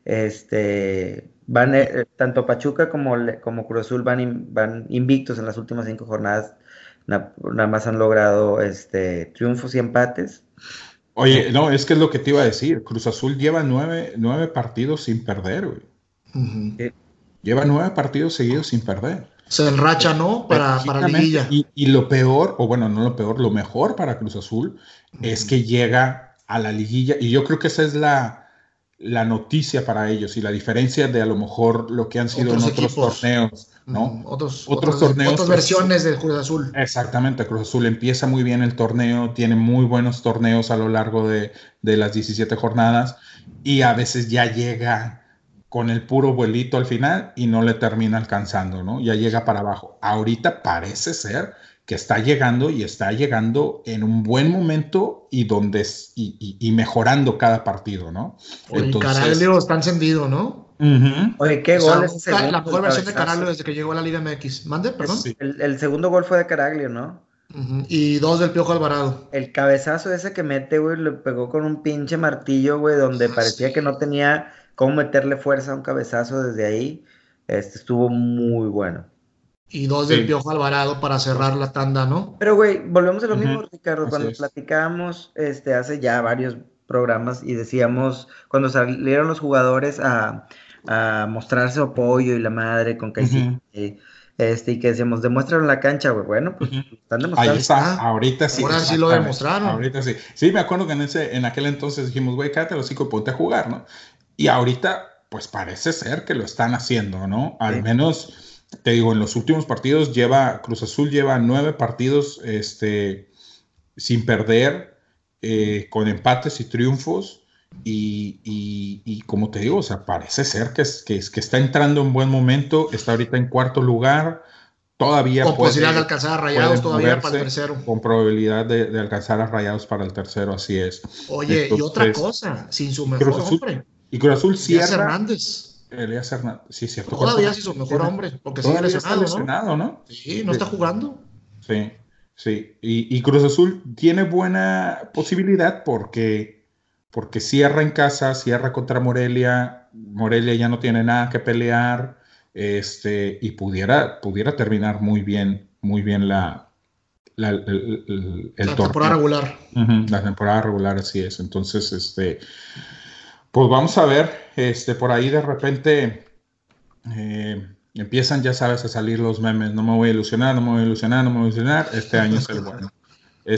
este, van eh, tanto Pachuca como, como Cruz Azul van, in, van invictos en las últimas cinco jornadas, na, nada más han logrado este, triunfos y empates. Oye, no, es que es lo que te iba a decir, Cruz Azul lleva nueve, nueve partidos sin perder, güey. Uh-huh. ¿Sí? Lleva nueve partidos seguidos sin perder. Se enracha, ¿no? Para, para liguilla. Y, y lo peor, o bueno, no lo peor, lo mejor para Cruz Azul uh-huh. es que llega a la liguilla, y yo creo que esa es la, la noticia para ellos y la diferencia de a lo mejor lo que han sido otros en otros equipos. torneos, ¿no? Uh-huh. Otros, otros otras, torneos. Otras versiones del Cruz Azul. Exactamente, Cruz Azul empieza muy bien el torneo, tiene muy buenos torneos a lo largo de, de las diecisiete jornadas, y a veces ya llega con el puro vuelito al final y no le termina alcanzando, ¿no? Ya llega para abajo. Ahorita parece ser que está llegando y está llegando en un buen momento y donde y, y, y mejorando cada partido, ¿no? Oye, Entonces, Caraglio está encendido, ¿no? Uh-huh. Oye, qué o sea, gol es ese La mejor versión de Caraglio desde que llegó a la Liga M X. ¿Mande? Perdón. Sí. El, el segundo gol fue de Caraglio, ¿no? Uh-huh. Y dos del Piojo Alvarado. El cabezazo ese que mete, güey, le pegó con un pinche martillo, güey, donde ah, parecía sí. que no tenía cómo meterle fuerza a un cabezazo desde ahí. Este estuvo muy bueno. Y dos sí. del Piojo Alvarado para cerrar la tanda, ¿no? Pero, güey, volvemos a lo uh-huh. mismo, Ricardo. Así cuando es. platicábamos este, hace ya varios programas y decíamos, cuando salieron los jugadores a, a mostrar su apoyo y la madre con Caicín, uh-huh. y, este, y que decíamos, demuéstralo en la cancha, güey. Bueno, pues uh-huh. están demostrando. Ahí está, ahorita sí. Ahora sí lo demostraron. Ahorita sí. Sí, me acuerdo que en, ese, en aquel entonces dijimos, güey, cállate los hocico y ponte a jugar, ¿no? Y ahorita, pues parece ser que lo están haciendo, ¿no? Al sí. menos, te digo, en los últimos partidos lleva, Cruz Azul lleva nueve partidos este, sin perder, eh, con empates y triunfos. Y, y, y como te digo, o sea, parece ser que, es, que, es, que está entrando en buen momento, está ahorita en cuarto lugar, todavía con puede, posibilidad de alcanzar a Rayados todavía para el tercero. Con probabilidad de, de alcanzar a Rayados para el tercero, así es. Oye, Entonces, y otra cosa, sin su mejor Cruz Azul, hombre. Y Cruz Azul cierra. Elías Hernández. Elías Hernández, sí, cierto. Todavía sí su mejor hombre, porque sigue lesionado, lesionado, ¿no? ¿no? Sí, no sí. está jugando. Sí, sí. Y, y Cruz Azul tiene buena posibilidad porque... porque cierra en casa, cierra contra Morelia, Morelia ya no tiene nada que pelear, este, y pudiera, pudiera terminar muy bien, muy bien la, la, el, el, el la temporada regular. Uh-huh, la temporada regular, así es. Entonces, este, pues vamos a ver, este, por ahí de repente eh, empiezan, ya sabes, a salir los memes, no me voy a ilusionar, no me voy a ilusionar, no me voy a ilusionar, este año es el bueno.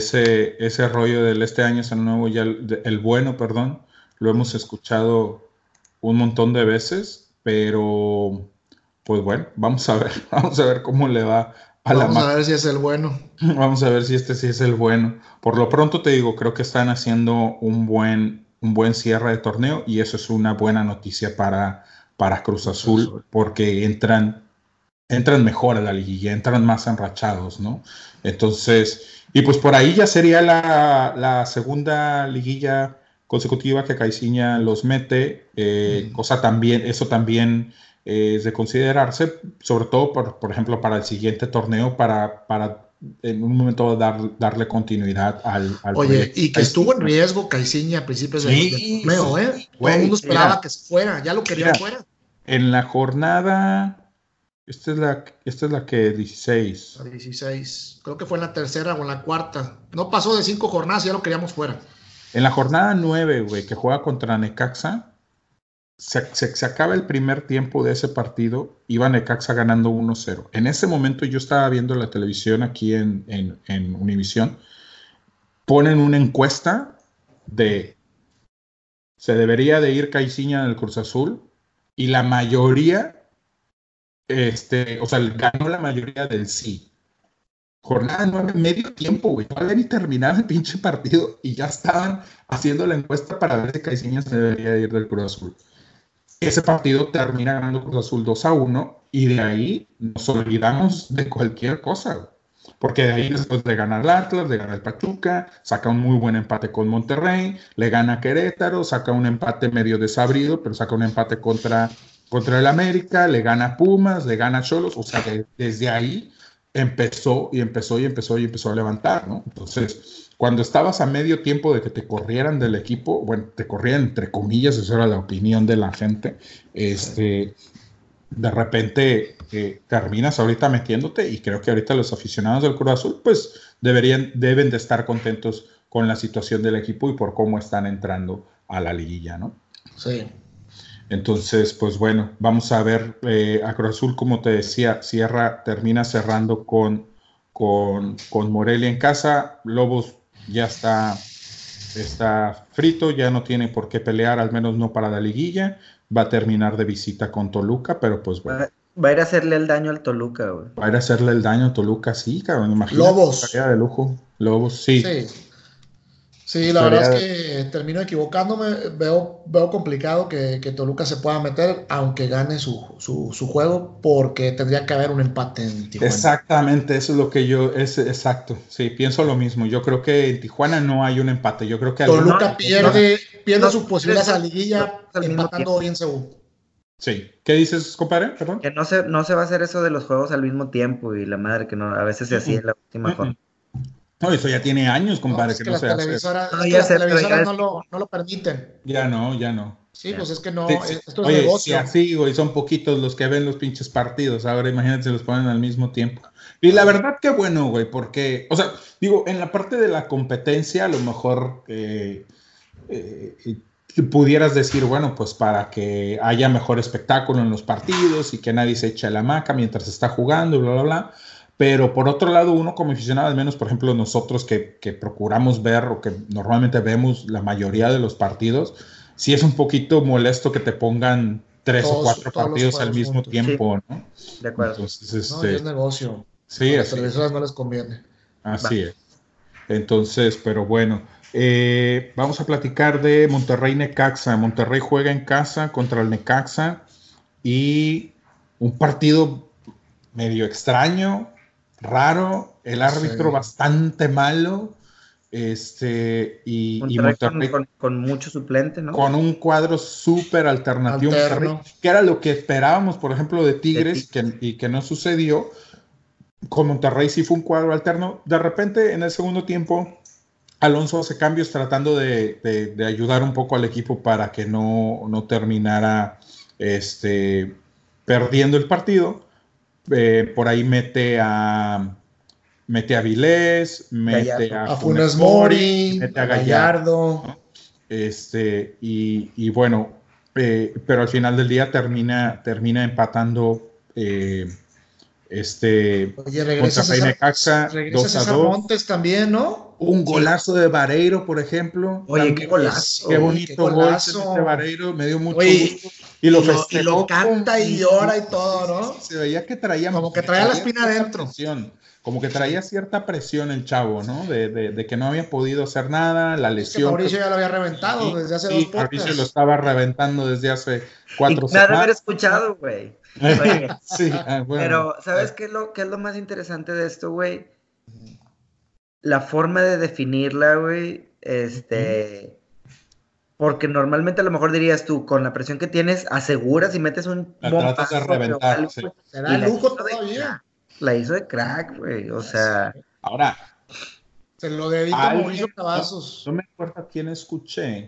Ese, ese rollo del este año es el nuevo, ya el, el bueno, perdón, lo hemos escuchado un montón de veces, pero pues bueno, vamos a ver, vamos a ver cómo le va a la Vamos a máquina. ver si es el bueno. Vamos a ver si este sí es el bueno. Por lo pronto te digo, creo que están haciendo un buen, un buen cierre de torneo y eso es una buena noticia para, para Cruz Azul, porque entran, entran mejor a la liguilla, entran más enrachados, ¿no? Entonces, y pues por ahí ya sería la, la segunda liguilla consecutiva que Caixinha los mete, eh, Mm. cosa también, eso también eh, es de considerarse, sobre todo, por, por ejemplo, para el siguiente torneo, para, para en un momento dar, darle continuidad al, al Oye, proyecto. y que estuvo en riesgo Caixinha a principios del, del Sí, torneo, sí, ¿eh? Todo el güey, mundo esperaba mira, que se fuera, ya lo querían mira, fuera. en la jornada, esta es la, esta es la que dieciséis. A dieciséis. Creo que fue en la tercera o en la cuarta. No pasó de cinco jornadas, ya lo queríamos fuera. En la jornada nueve, güey, que juega contra Necaxa, se, se, se acaba el primer tiempo de ese partido, iba Necaxa ganando uno cero. En ese momento yo estaba viendo la televisión aquí en, en, en Univisión, ponen una encuesta de se debería de ir Caixinha en el Cruz Azul y la mayoría, este, o sea, ganó la mayoría del sí. Jornada nueve, medio tiempo, güey. No había ni terminado el pinche partido y ya estaban haciendo la encuesta para ver si Caixinha se debería ir del Cruz Azul. Ese partido termina ganando Cruz Azul dos a uno y de ahí nos olvidamos de cualquier cosa, güey. Porque de ahí después de ganar el Atlas, de ganar el Pachuca, saca un muy buen empate con Monterrey, le gana Querétaro, saca un empate medio desabrido, pero saca un empate contra, contra el América, le gana Pumas, le gana Xolos, o sea que desde ahí empezó y empezó y empezó y empezó a levantar, ¿no? Entonces, cuando estabas a medio tiempo de que te corrieran del equipo, bueno, te corrían entre comillas, esa era la opinión de la gente, este, de repente eh, terminas ahorita metiéndote y creo que ahorita los aficionados del Cruz Azul, pues deberían, deben de estar contentos con la situación del equipo y por cómo están entrando a la liguilla, ¿no? Sí. Entonces, pues bueno, vamos a ver eh, a Cruz Azul, como te decía, cierra, termina cerrando con, con, con Morelia en casa. Lobos ya está, está frito, ya no tiene por qué pelear, al menos no para la liguilla. Va a terminar de visita con Toluca, pero pues bueno. Va, va a ir a hacerle el daño al Toluca, güey. Va a ir a hacerle el daño a Toluca, sí, cabrón. Imagínate. Lobos. Tarea de lujo. Lobos, sí. Sí. Sí, la verdad es que termino equivocándome. Veo, veo complicado que, que Toluca se pueda meter, aunque gane su, su, su juego, porque tendría que haber un empate en Tijuana. Exactamente, eso es lo que yo, es exacto. Sí, pienso lo mismo. Yo creo que en Tijuana no hay un empate. Yo creo que Toluca alguna... pierde, pierde no, sus posibilidades no, a liguilla no, no, empatando hoy en Seúl. Sí. ¿Qué dices, compadre? Perdón. Que no se, no se va a hacer eso de los juegos al mismo tiempo y la madre que no, a veces se hacía en la última jornada. No, eso ya tiene años, No, compadre, es que, que no las se hace. televisoras, No, es que ya las sé, pero televisoras ya no es- lo, no lo permiten. Ya no, ya no. Sí, Ya. pues es que no, Sí, sí. esto es Oye, negocio. si así, güey, son poquitos los que ven los pinches partidos. Ahora imagínate si los ponen al mismo tiempo. Y la verdad que bueno, güey, porque, o sea, digo, en la parte de la competencia, a lo mejor eh, eh, eh, pudieras decir, bueno, pues para que haya mejor espectáculo en los partidos y que nadie se eche a la hamaca mientras está jugando, bla, bla, bla. Pero por otro lado, uno como aficionado, al menos por ejemplo nosotros que, que procuramos ver o que normalmente vemos la mayoría de los partidos, sí es un poquito molesto que te pongan tres Todos- o cuatro todos los partidos al juegos mismo juntos. tiempo, ¿no? De acuerdo. Entonces, No, y este, es negocio. sí, A las así, televisoras no les conviene. así es. Entonces, pero bueno, eh, vamos a platicar de Monterrey Necaxa. Monterrey juega en casa contra el Necaxa y un partido medio extraño, raro, el árbitro Sí. bastante malo, este, y y Monterrey Monterrey con, con, con mucho suplente, ¿no? con un cuadro súper alternativo, Alterno. Monterrey, que era lo que esperábamos, por ejemplo, de Tigres, De que, y que no sucedió. Con Monterrey sí fue un cuadro alterno. De repente, en el segundo tiempo, Alonso hace cambios tratando de, de, de ayudar un poco al equipo para que no, no terminara este, perdiendo el partido. Eh, por ahí mete a mete a Vilés, mete Gallardo. a, A Funes Mori, mete a a Gallardo, Gallardo. ¿no? Este, y, y bueno, eh, pero al final del día termina, termina empatando eh, este Oye, regresa Monterrey César, Necaxa regresa dos a César dos. Montes también, ¿no? Un golazo de Vareiro, por ejemplo. Oye, también, qué golazo. Qué bonito qué golazo. gol de Vareiro, me dio mucho Oye, gusto. Y lo, y lo, y festejó lo canta con- y llora y todo, ¿no? Sí, sí, se veía que traía... Como que traía la espina cierta adentro. presión, como que traía cierta presión el chavo, ¿no? De, de, de que no había podido hacer nada, la Es que lesión... Mauricio ya lo había reventado Sí, desde hace sí, dos Mauricio podcasts. lo estaba reventando desde hace Y cuatro me ha de haber semanas. escuchado, güey. Oye, Sí, ah, bueno. pero ¿sabes qué es, lo, qué es lo más interesante de esto, güey? La forma de definirla, güey, este... Porque normalmente a lo mejor dirías tú, con la presión que tienes, aseguras y metes un La tratas bombazo de reventar, o algo, sí. güey. Se da Y la lujo hizo de todavía. crack, La hizo de crack, güey. O sea, Ahora, Se lo dedica a alguien, Mauricio no, Cavazos. no me acuerdo a quién escuché.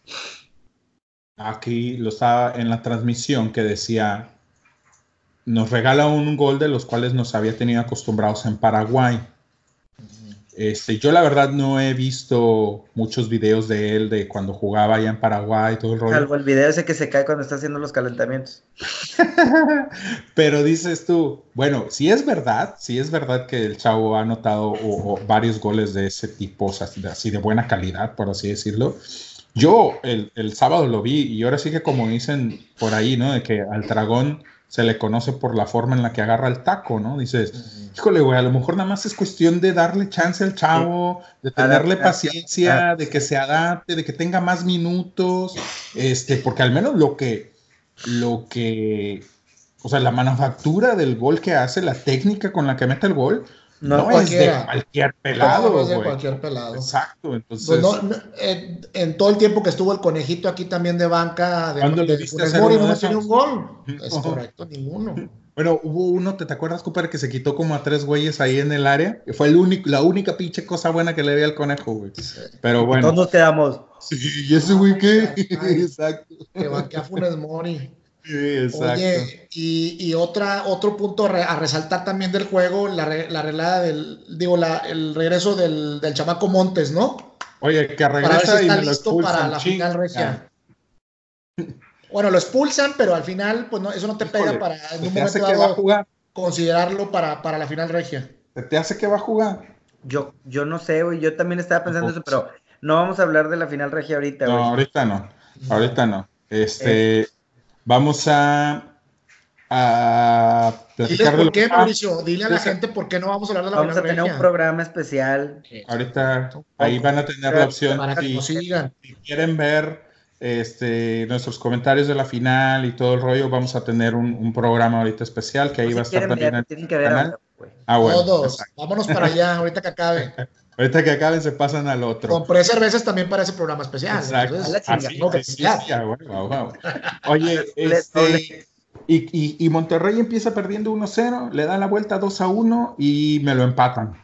Aquí lo estaba en la transmisión que decía, nos regala un gol de los cuales nos había tenido acostumbrados en Paraguay. Este, yo la verdad no he visto muchos videos de él de cuando jugaba allá en Paraguay y todo el rollo. salvo el video ese que se cae cuando está haciendo los calentamientos. Pero dices tú, bueno, si es verdad, si es verdad que el chavo ha anotado o, o varios goles de ese tipo, o sea, de, así de buena calidad, por así decirlo. Yo el, el sábado lo vi y ahora sí que como dicen por ahí, ¿no? De que al dragón se le conoce por la forma en la que agarra el taco, ¿no? Dices, híjole, güey, a lo mejor nada más es cuestión de darle chance al chavo, de tenerle Adaptarse. paciencia, de que se adapte, de que tenga más minutos, este, porque al menos lo que, lo que, o sea, la manufactura del gol que hace, la técnica con la que mete el gol, No, no, es de cualquier pelado, No, no es de güey. cualquier pelado. Exacto, entonces... Pues no, no, en, en todo el tiempo que estuvo el conejito aquí también de banca de, ¿Cuándo lo de viste Funes hacer Mori, uno no de metió ni esos? un gol. Es Ujú. correcto, ninguno. Bueno, hubo uno, ¿te, te acuerdas, Cooper, que se quitó como a tres güeyes ahí en el área? Que fue el único, la única pinche cosa buena que le vi al conejo, güey. Pero Todos bueno. nos quedamos. Sí, ¿y ese güey qué? Ay, ay, Exacto. Que banquea Funes Mori. Sí, exacto. Oye, y, y otra, otro punto re, a resaltar también del juego, la, re, la arreglada del, digo, la, el regreso del, del chamaco Montes, ¿no? Oye, que Para ver regresa si y está me lo listo para expulsan. la Ching. final regia. Bueno, lo expulsan, pero al final, pues no, eso no te Híjole, pega para en ¿se un te hace momento que va a dado jugar? considerarlo para, para la final regia. ¿Se te hace que va a jugar? Yo, yo no sé, güey. Yo también estaba pensando eso, Tampoco. pero no vamos a hablar de la final regia ahorita, No, güey. ahorita no. Ahorita no. Este, vamos a, a Diles platicar de por lo qué, que- Mauricio. Dile a la Esa- gente por qué no vamos a hablar de la Vamos a final tener un regia. programa especial. Ahorita ahí van a tener la opción. Para que Si, nos sigan. si quieren ver este, nuestros comentarios de la final y todo el rollo, vamos a tener un, un programa ahorita especial que ahí No va a si estar quieren también ver, en tienen que el ver canal. ahora, güey. Ah, bueno. Todos. Exacto. Vámonos para allá, ahorita que acabe. Ahorita que acaben se pasan al otro. Compré cervezas también para ese programa especial. Exacto. A la Entonces, chingada. Así, no, sí, sí, especial. sí, ah, bueno, wow, wow. Oye, Doble, este, doble. y, y, y Monterrey empieza perdiendo uno cero, le da la vuelta dos a uno y me lo empatan.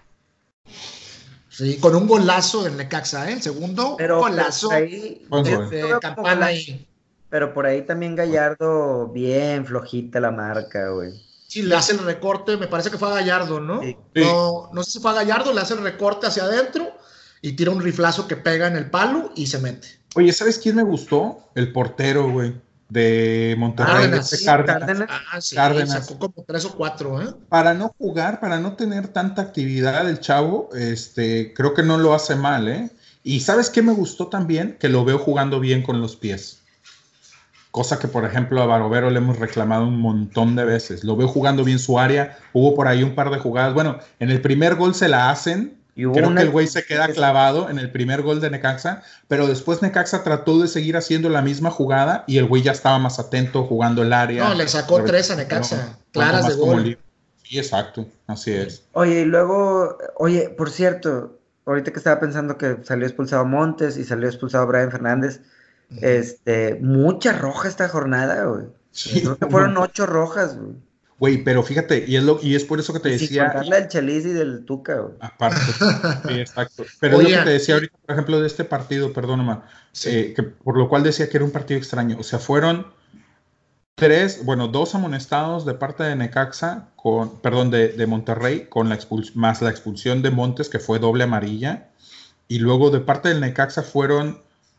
Sí, con un golazo del Necaxa, ¿eh? El segundo, Pero, un pero golazo por ahí, Buen yo- gol. yo de veo como Campana golazo, ahí. pero por ahí también Gallardo, bien flojita la marca, güey. Sí, le hace el recorte, me parece que fue a Gallardo, ¿no? Sí. No, no sé si fue a Gallardo, le hace el recorte hacia adentro y tira un riflazo que pega en el palo y se mete. Oye, ¿sabes quién me gustó? El portero, güey, de Monterrey. Cárdenas, este sí, Cárdenas. Cárdenas. Ah, sí, Cárdenas. sacó como tres o cuatro, ¿eh? Para no jugar, para no tener tanta actividad el chavo, este, creo que no lo hace mal, ¿eh? Y ¿sabes qué me gustó también? Que lo veo jugando bien con los pies. Cosa que, por ejemplo, a Barovero le hemos reclamado un montón de veces. Lo veo jugando bien su área. Hubo por ahí un par de jugadas. Bueno, en el primer gol se la hacen. Y hubo Creo una- que el güey se queda clavado en el primer gol de Necaxa, pero después Necaxa trató de seguir haciendo la misma jugada y el güey ya estaba más atento jugando el área. No, le sacó tres a Necaxa, claras de gol. Libre. Sí, exacto, así es. Oye, y luego, oye, por cierto, ahorita que estaba pensando que salió expulsado Montes y salió expulsado Brian Fernández, Ujú. este, mucha roja esta jornada, güey. Sí, Creo que fueron ocho rojas, güey. Güey, pero fíjate, y es, lo, y es por eso que te Y sin decía. contar la del Chelis y del Tuca, güey. Aparte, sí, exacto. Pero es Oye, lo que te decía ahorita, por ejemplo, de este partido, perdón, Omar, Sí. eh, que por lo cual decía que era un partido extraño. O sea, fueron tres, bueno, dos amonestados de parte de Necaxa, con, perdón, de, de Monterrey, con la expuls más la expulsión de Montes, que fue doble amarilla. Y luego de parte del Necaxa fueron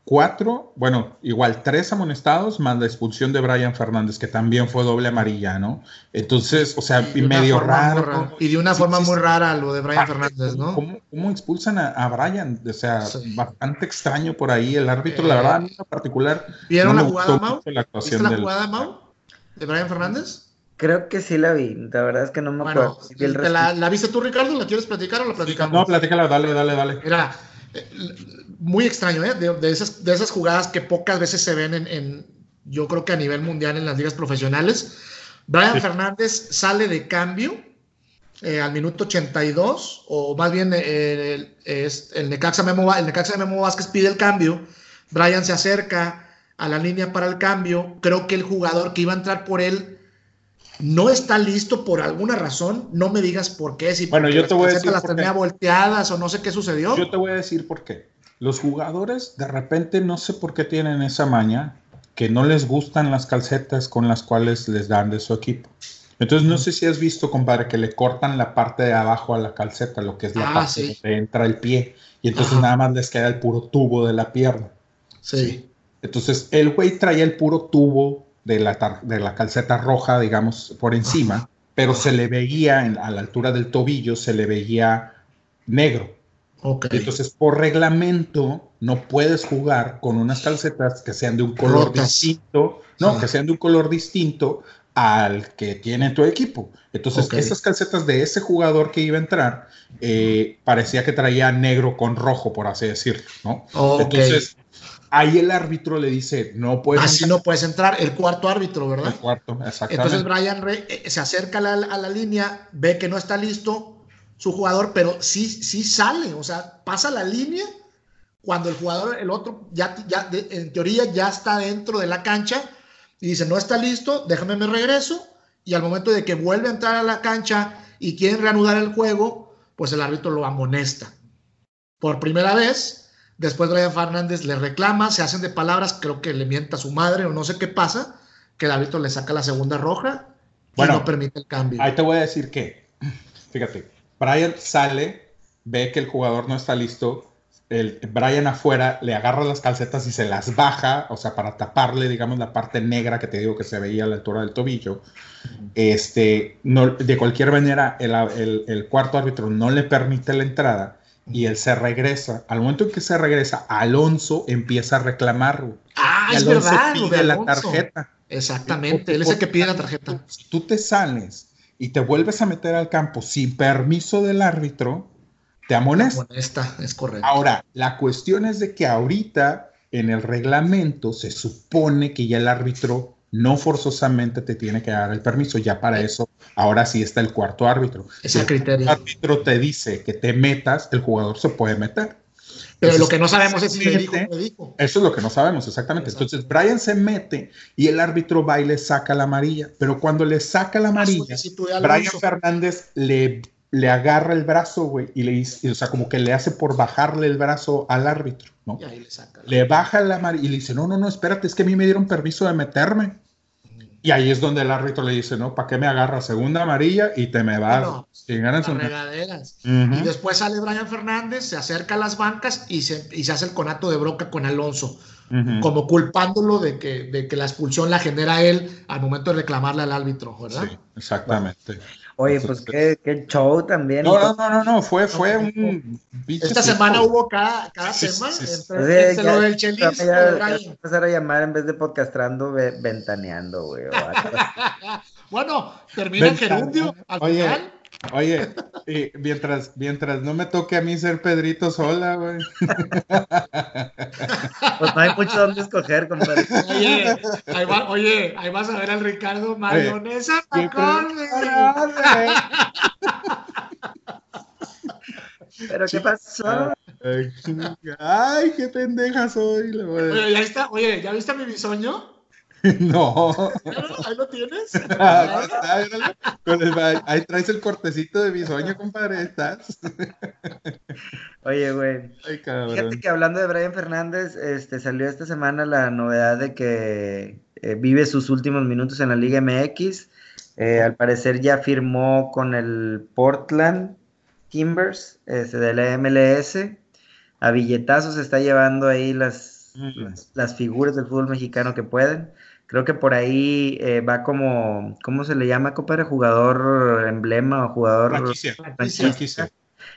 cuatro, bueno, igual tres amonestados, más la expulsión de Brian Fernández, que también fue doble amarilla, ¿no? Entonces, o sea, y medio raro. rara. Y de una sí, forma sí, muy sí. rara lo de Brian ah, Fernández, ¿no? ¿Cómo, cómo expulsan a, a Brian? O sea, sí. bastante extraño por ahí. El árbitro, eh, la verdad, en particular. ¿Vieron no la jugada, Mau? La ¿Viste la del... jugada, Mau? ¿De Brian Fernández? Creo que sí la vi, la verdad es que no me bueno, acuerdo. Si el la, ¿La viste tú, Ricardo? ¿La quieres platicar o la platicamos? No, platícala, dale, dale, dale. Mira, muy extraño, ¿eh? De, de, esas, de esas jugadas que pocas veces se ven en, en, yo creo que a nivel mundial en las ligas profesionales. Brian sí. Fernández sale de cambio eh, al minuto ochenta y dos, o más bien eh, el, es, el, Necaxa Memo, el Necaxa Memo Vázquez pide el cambio, Brian se acerca a la línea para el cambio, creo que el jugador que iba a entrar por él no está listo por alguna razón, no me digas por qué, si bueno, yo te voy a decir las tenía volteadas o no sé qué sucedió. Yo te voy a decir por qué. Los jugadores de repente no sé por qué tienen esa maña que no les gustan las calcetas con las cuales les dan de su equipo. Entonces no sé si has visto, compadre, que le cortan la parte de abajo a la calceta, lo que es la ah, parte sí. donde entra el pie, y entonces Ajá. nada más les queda el puro tubo de la pierna. Sí. ¿sí? Entonces el güey traía el puro tubo de la, tar- de la calceta roja, digamos, por encima, Ajá. pero Ajá. se le veía en, a la altura del tobillo, se le veía negro. Okay. Entonces, por reglamento, no puedes jugar con unas calcetas que sean de un color Rotas. distinto, no, sí. que sean de un color distinto al que tiene tu equipo. Entonces, okay. esas calcetas de ese jugador que iba a entrar, eh, parecía que traía negro con rojo, por así decirlo, ¿no? Okay. Entonces, ahí el árbitro le dice, no puedes Así entrar. no puedes entrar, el cuarto árbitro, ¿verdad? El cuarto, exactamente. Entonces, Brian Rey eh, se acerca a la, a la línea, ve que no está listo su jugador, pero sí, sí sale, o sea, pasa la línea cuando el jugador, el otro, ya, ya de, en teoría ya está dentro de la cancha y dice, no está listo, déjame me regreso, y al momento de que vuelve a entrar a la cancha y quieren reanudar el juego, pues el árbitro lo amonesta. Por primera vez, después Brian Fernández le reclama, se hacen de palabras, creo que le mienta a su madre o no sé qué pasa, que el árbitro le saca la segunda roja y bueno, no permite el cambio. Ahí te voy a decir que, fíjate, Brian sale, ve que el jugador no está listo, el Brian afuera le agarra las calcetas y se las baja, o sea, para taparle, digamos, la parte negra que te digo que se veía a la altura del tobillo. Uh-huh. Este, no, de cualquier manera, el, el, el cuarto árbitro no le permite la entrada y él se regresa. Al momento en que se regresa, Alonso empieza a reclamarlo. Ah, es Alonso verdad, pide la tarjeta. Exactamente, él es el que pide la tarjeta. Si tú te sales y te vuelves a meter al campo sin permiso del árbitro, te amonesta. Te amonesta, es correcto. Ahora, la cuestión es de que ahorita en el reglamento se supone que ya el árbitro no forzosamente te tiene que dar el permiso, ya para eso ahora sí está el cuarto árbitro. Ese si criterio. el árbitro te dice que te metas, el jugador se puede meter. Pero Entonces, lo que no sabemos es si le dijo o le dijo. Eso es lo que no sabemos, exactamente. Exacto. Entonces, Brian se mete y el árbitro va y le saca la amarilla. Pero cuando le saca la amarilla, Brian Fernández le, le agarra el brazo, güey, y le dice, o sea, como que le hace por bajarle el brazo al árbitro, ¿no? Y ahí le saca. Le baja la amarilla y le dice, no, no, no, espérate, es que a mí me dieron permiso de meterme. Y ahí es donde el árbitro le dice, no, ¿para qué me agarras? Segunda amarilla y te me vas. No, las regaderas. Uh-huh. Y después sale Brian Fernández, se acerca a las bancas y se, y se hace el conato de bronca con Alonso, uh-huh. como culpándolo de que, de que la expulsión la genera él al momento de reclamarle al árbitro, ¿verdad? Sí, exactamente. Bueno. Oye, pues qué, qué show también. No, no, no, no, no, fue, fue un... Esta semana hubo cada, cada sí, tema, sí, sí. entre, Oye, entre ya, lo del Chelis. Ya, ya empezar a llamar en vez de podcastrando, ventaneando, güey. Bueno, termina en gerundio al oye, final. Oye, y mientras, mientras no me toque a mí ser Pedrito Sola, güey. Pues no hay mucho donde escoger, compadre. Oye, ahí, va, oye, ahí vas a ver al Ricardo mayonesa acorde. ¿Pero qué pasó? Ay, ay, qué pendeja soy. Oye, ¿ya, está, oye, ¿ya viste a mi bisoño? No. ¿Ahí lo tienes? Ah, está, ahí traes el cortecito de mi sueño, compadre. ¿Estás? Oye, güey. Ay, cabrón. Fíjate que hablando de Brian Fernández, este, salió esta semana la novedad de que eh, vive sus últimos minutos en la Liga M X. Eh, al parecer ya firmó con el Portland Timbers este, de la M L S. A billetazos está llevando ahí las mm. las, las figuras del fútbol mexicano que pueden. Creo que por ahí eh, va como, ¿cómo se le llama, compadre? Jugador emblema o jugador franquicia. franquicia.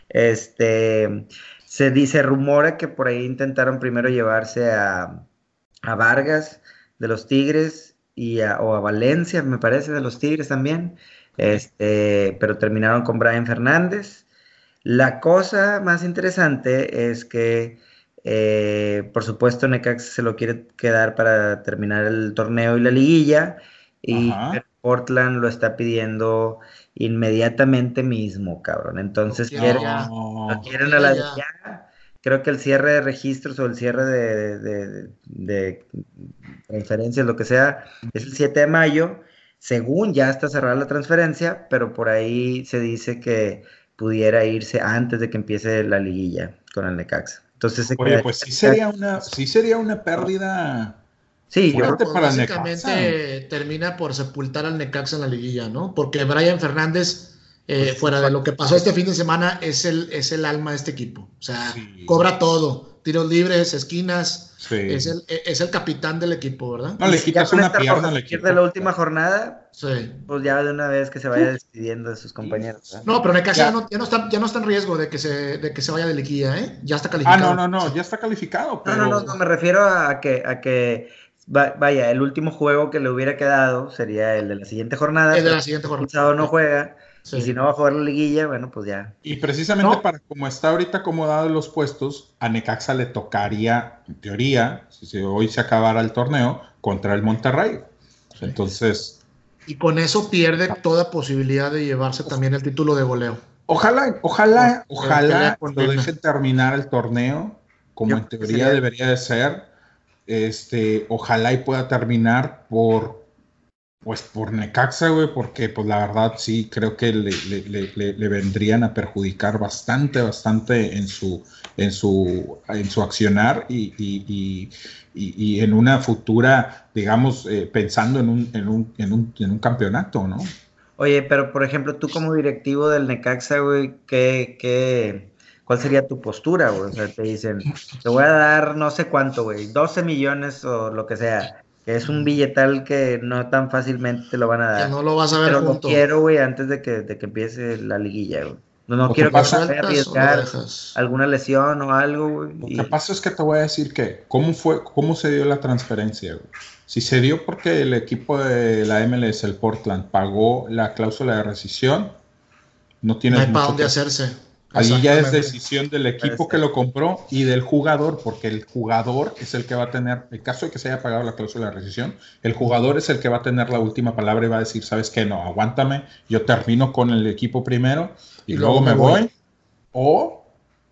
Este, se dice, rumora que por ahí intentaron primero llevarse a, a Vargas de los Tigres y a, o a Valencia, me parece, de los Tigres también. Este, pero terminaron con Brian Fernández. La cosa más interesante es que, eh, por supuesto, Necaxa se lo quiere quedar para terminar el torneo y la liguilla, y Ajá. Portland lo está pidiendo inmediatamente mismo, cabrón. Entonces no, quieren, no, lo quieren a la de ya. Creo que el cierre de registros o el cierre de, de, de, de transferencias, lo que sea, es el siete de mayo. Según ya está cerrada la transferencia, pero por ahí se dice que pudiera irse antes de que empiece la liguilla con el Necaxa. Entonces, se Oye, pues sí sería una, sí sería una pérdida. Sí, yo creo que pues básicamente termina por sepultar al Necaxa en la liguilla, ¿no? Porque Brian Fernández, eh, pues, fuera de lo que pasó este fin de semana, es el, es el alma de este equipo. O sea, sí. Cobra todo, tiros libres, esquinas. Sí. Es, el, es el capitán del equipo, ¿verdad? No, le quitas una pierna al equipo. De la última jornada, sí. Pues ya de una vez que se vaya despidiendo de sus compañeros, ¿verdad? No, pero Necaxa ya no, ya, no está, ya no está en riesgo de que se, de que se vaya de liguilla, ¿eh? Ya está calificado. Ah, no, no, no, ya está calificado. Pero... No, no, no, no, me refiero a que, a que vaya, el último juego que le hubiera quedado sería el de la siguiente jornada. El de la siguiente jornada. El sábado no juega. Sí. Y si no va a jugar la liguilla, bueno, pues ya. Y precisamente ¿no? Para como está ahorita acomodado los puestos, a Necaxa le tocaría, en teoría, si hoy se acabara el torneo, contra el Monterrey. Entonces... Y con eso pierde toda posibilidad de llevarse también el título de goleo. Ojalá, ojalá, no, ojalá cuando dejen terminar el torneo, como Yo en teoría sería... debería de ser, este, ojalá y pueda terminar por... Pues por Necaxa, güey, porque pues la verdad sí creo que le, le, le, le vendrían a perjudicar bastante, bastante en su, en su, en su accionar y, y, y, y, y en una futura, digamos, eh, pensando en un, en, un, en, un, en un campeonato, ¿no? Oye, pero por ejemplo, tú como directivo del Necaxa, güey, ¿qué, qué, ¿cuál sería tu postura, güey? O sea, te dicen, te voy a dar no sé cuánto, güey, doce millones o lo que sea. Es un billetal que no tan fácilmente te lo van a dar. Que no lo vas a ver pero junto. Lo quiero, güey, antes de que, de que empiece la liguilla, güey. No, no quiero que vaya a arriesgar alguna lesión o algo, güey. Lo y... que pasa es que te voy a decir que, ¿cómo fue, cómo se dio la transferencia, güey? Si se dio porque el equipo de la M L S, el Portland, pagó la cláusula de rescisión, no tienes no hay mucho para dónde que... hacerse. Ahí ya es decisión del equipo que lo compró y del jugador, porque el jugador es el que va a tener, en caso de que se haya pagado la cláusula de rescisión, el jugador es el que va a tener la última palabra y va a decir, ¿sabes qué? No, aguántame, yo termino con el equipo primero y, y luego, luego me voy, voy, o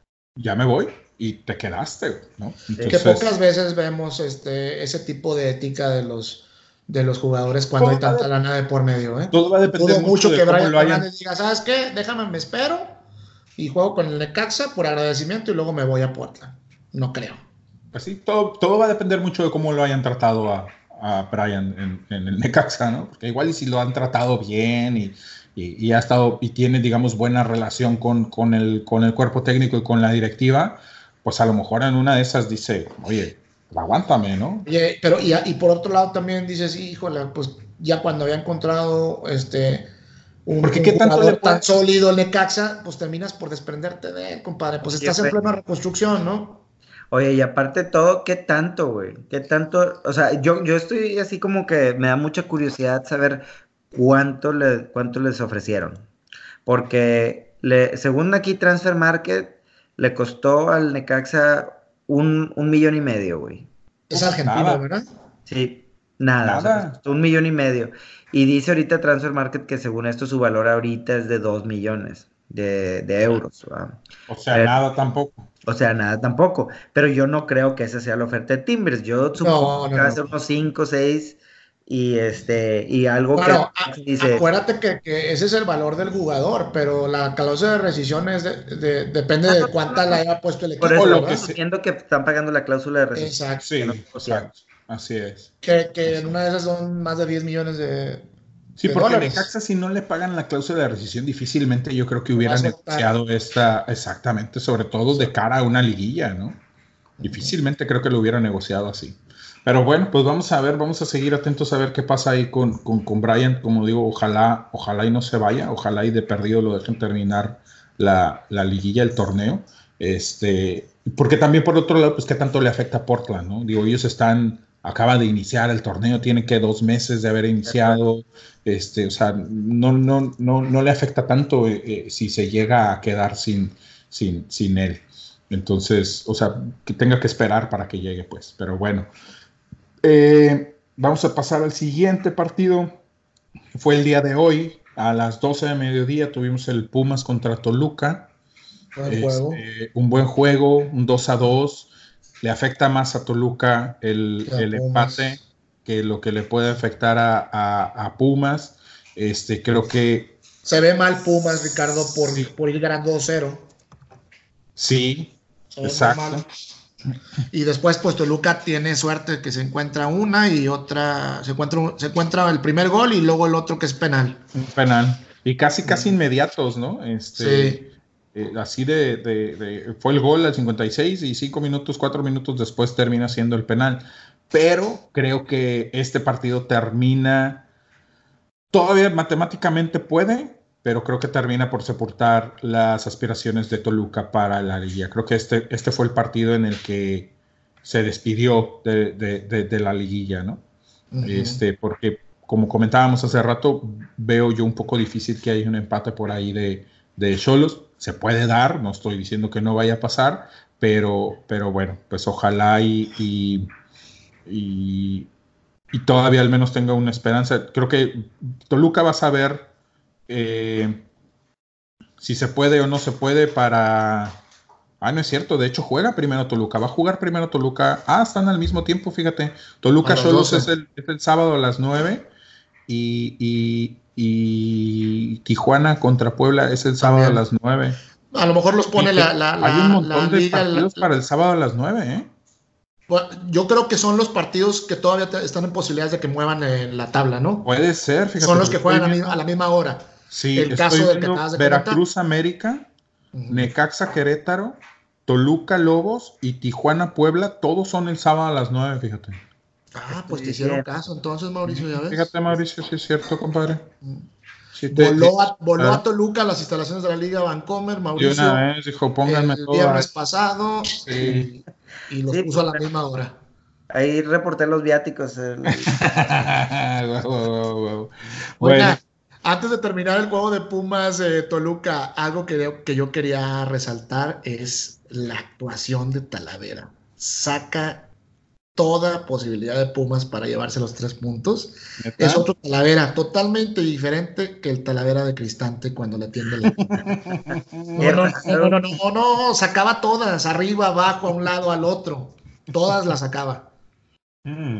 ya me voy y te quedaste, ¿no? Entonces, que pocas veces vemos este, ese tipo de ética de los, de los jugadores cuando hay tanta de, lana de por medio, ¿eh? Todo va a depender Dudo mucho de que Brian Fernández diga, ¿sabes qué? Déjame, me espero y juego con el Necaxa por agradecimiento y luego me voy a Portland. No creo. Pues sí, todo, todo va a depender mucho de cómo lo hayan tratado a, a Brian en, en el Necaxa, ¿no? Porque igual y si lo han tratado bien y, y, y ha estado y tiene, digamos, buena relación con, con, el, con el cuerpo técnico y con la directiva, pues a lo mejor en una de esas dice, oye, aguántame, ¿no? Oye, pero y, y por otro lado también dices, híjole, pues ya cuando había encontrado este... Un, Porque un qué tanto le tan sólido el Necaxa, pues terminas por desprenderte de él, compadre. Pues estás en plena reconstrucción, ¿no? Oye, y aparte de todo, ¿qué tanto, güey? ¿Qué tanto? O sea, yo, yo estoy así como que me da mucha curiosidad saber cuánto, le, cuánto les ofrecieron. Porque le, según aquí Transfer Market, le costó al Necaxa un, un millón y medio, güey. Es argentino, nada. ¿Verdad? Sí, nada. nada. O sea, costó un millón y medio. Y dice ahorita Transfer Market que según esto su valor ahorita es de dos millones de, de euros. ¿verdad? O sea, pero, nada tampoco. O sea, nada tampoco. Pero yo no creo que esa sea la oferta de Timbers. Yo supongo no, no, que va a ser unos cinco, seis y este y algo bueno, que a, dice... Acuérdate que, que ese es el valor del jugador, pero la cláusula de rescisión es de, de, depende de cuánta la haya puesto el equipo. Por eso lo que entiendo que están pagando la cláusula de rescisión. Exacto. Sí, no exacto. Así es. Que, que en una de esas son más de diez millones de Sí, de porque dólares. Necaxa, si no le pagan la cláusula de rescisión, difícilmente yo creo que hubiera negociado esta, exactamente, sobre todo de cara a una liguilla, ¿no? Difícilmente creo que lo hubiera negociado así. Pero bueno, pues vamos a ver, vamos a seguir atentos a ver qué pasa ahí con, con, con Bryant. Como digo, ojalá, ojalá y no se vaya, ojalá y de perdido lo dejen terminar la, la liguilla, el torneo. Este, porque también por otro lado, pues qué tanto le afecta a Portland, ¿no? Digo, ellos están, acaba de iniciar el torneo, tienen que dos meses de haber iniciado, este, o sea, no, no, no, no le afecta tanto eh, eh, si se llega a quedar sin, sin, sin él. Entonces, o sea, que tenga que esperar para que llegue, pues, pero bueno. Eh, vamos a pasar al siguiente partido. Fue el día de hoy, a las doce de mediodía, tuvimos el Pumas contra Toluca. Buen Este, juego. un buen juego, un dos a dos. Le afecta más a Toluca el, Que a el Pumas. empate que lo que le puede afectar a, a, a Pumas. Este, creo que Se ve mal Pumas, Ricardo, por, sí, por ir ganando dos cero. sí, Se ve muy exacto. mal. Y después, pues Toluca tiene suerte que se encuentra una y otra, se encuentra, se encuentra el primer gol y luego el otro que es penal. Un penal. Y casi, casi inmediatos, ¿no? Este, Sí. eh, así de, de, de, fue el gol al cincuenta y seis y cinco minutos, cuatro minutos después termina siendo el penal. Pero creo que este partido termina, todavía matemáticamente puede, pero creo que termina por sepultar las aspiraciones de Toluca para la liguilla. Creo que este, este fue el partido en el que se despidió de, de, de, de la liguilla, ¿no? Uh-huh. Este, porque como comentábamos hace rato, veo yo un poco difícil que haya un empate por ahí de, de Xolos. Se puede dar, no estoy diciendo que no vaya a pasar, pero, pero bueno, pues ojalá y, y, y, y todavía al menos tenga una esperanza. Creo que Toluca va a saber eh, si se puede o no se puede para... Ah, no es cierto, de hecho juega primero Toluca, va a jugar primero Toluca. Ah, están al mismo tiempo, fíjate. Toluca Xolos es el, es el sábado a las nueve y, y, y Tijuana contra Puebla es el sábado También. a las nueve. A lo mejor los pone la, la, Hay un montón la de liga, partidos la, para el sábado a las nueve, ¿eh? Bueno, yo creo que son los partidos que todavía te, están en posibilidades de que muevan en la tabla, ¿no? Puede ser, fíjate. Son los que juegan a, mi, a la misma hora. Sí, el estoy caso del viendo que acabas de Veracruz comentar. América, uh-huh. Necaxa Querétaro, Toluca Lobos y Tijuana Puebla, todos son el sábado a las nueve, fíjate. Ah, pues te hicieron caso entonces, Mauricio, ya ves. Fíjate, Mauricio, sí es cierto, compadre. Sí, te, voló, a, voló a Toluca a las instalaciones de la Liga Vancomer, Mauricio. Y una vez dijo, pónganme el todo viernes ahí. pasado sí. y, y los sí, puso a la misma hora. Ahí reporté los viáticos. El... wow, wow, wow. Bueno, Oiga, antes de terminar el juego de Pumas eh, Toluca, algo que, que yo quería resaltar es la actuación de Talavera. Saca toda posibilidad de Pumas para llevarse los tres puntos. ¿Neta? Es otro Talavera, totalmente diferente que el Talavera de Cristante cuando le atiende la no, no, no, no, no, no, sacaba todas, arriba, abajo, a un lado, al otro. Todas las sacaba. Mm.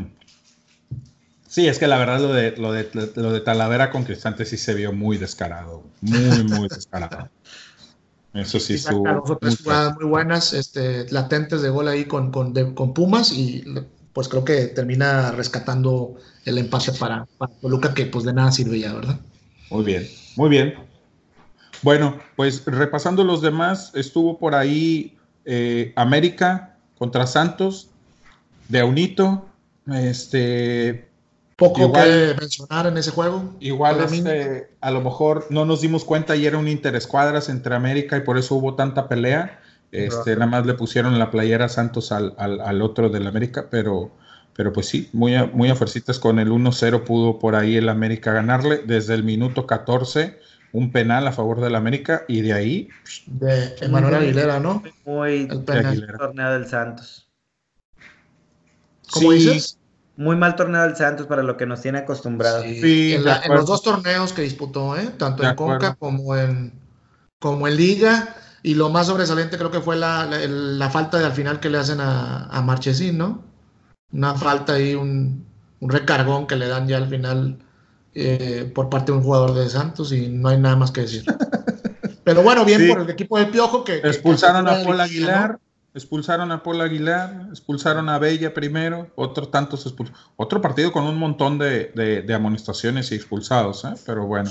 Sí, es que la verdad lo de, lo de, lo de Talavera con Cristante sí se vio muy descarado. Muy, muy descarado. Eso sí estuvo. Dos o tres jugadas muy buenas, este, latentes de gol ahí con, con, de, con Pumas y pues creo que termina rescatando el empate para, para Toluca, que pues de nada sirve ya, ¿verdad? Muy bien, muy bien. Bueno, pues repasando los demás, estuvo por ahí eh, América contra Santos, de Aunito, este... Poco igual, que mencionar en ese juego. Igual este, a lo mejor no nos dimos cuenta y era un interescuadras entre América y por eso hubo tanta pelea. Este, nada más le pusieron la playera Santos al, al, al otro del América, pero, pero pues sí, muy a, muy a fuercitas con el uno cero pudo por ahí el América ganarle. Desde el minuto catorce, un penal a favor del América y de ahí... De Emanuel Aguilera, ¿no? Muy el penal de torneo del Santos. ¿Cómo sí. dices? Muy mal torneo del Santos para lo que nos tiene acostumbrados. Sí, sí, en, la, en los dos torneos que disputó, ¿eh? Tanto de en acuerdo. Conca como en, como en Liga. Y lo más sobresaliente creo que fue la, la, la falta de al final que le hacen a, a Marchesín, ¿no? Una falta ahí, un, un recargón que le dan ya al final eh, por parte de un jugador de Santos y no hay nada más que decir. Pero bueno, bien sí. por el equipo del Piojo que... Expulsaron que a Paul Aguilar. ¿No? Expulsaron a Paul Aguilar, expulsaron a Bella primero, otro tantos expulsados. Otro partido con un montón de, de, de amonestaciones y expulsados, ¿eh? Pero bueno,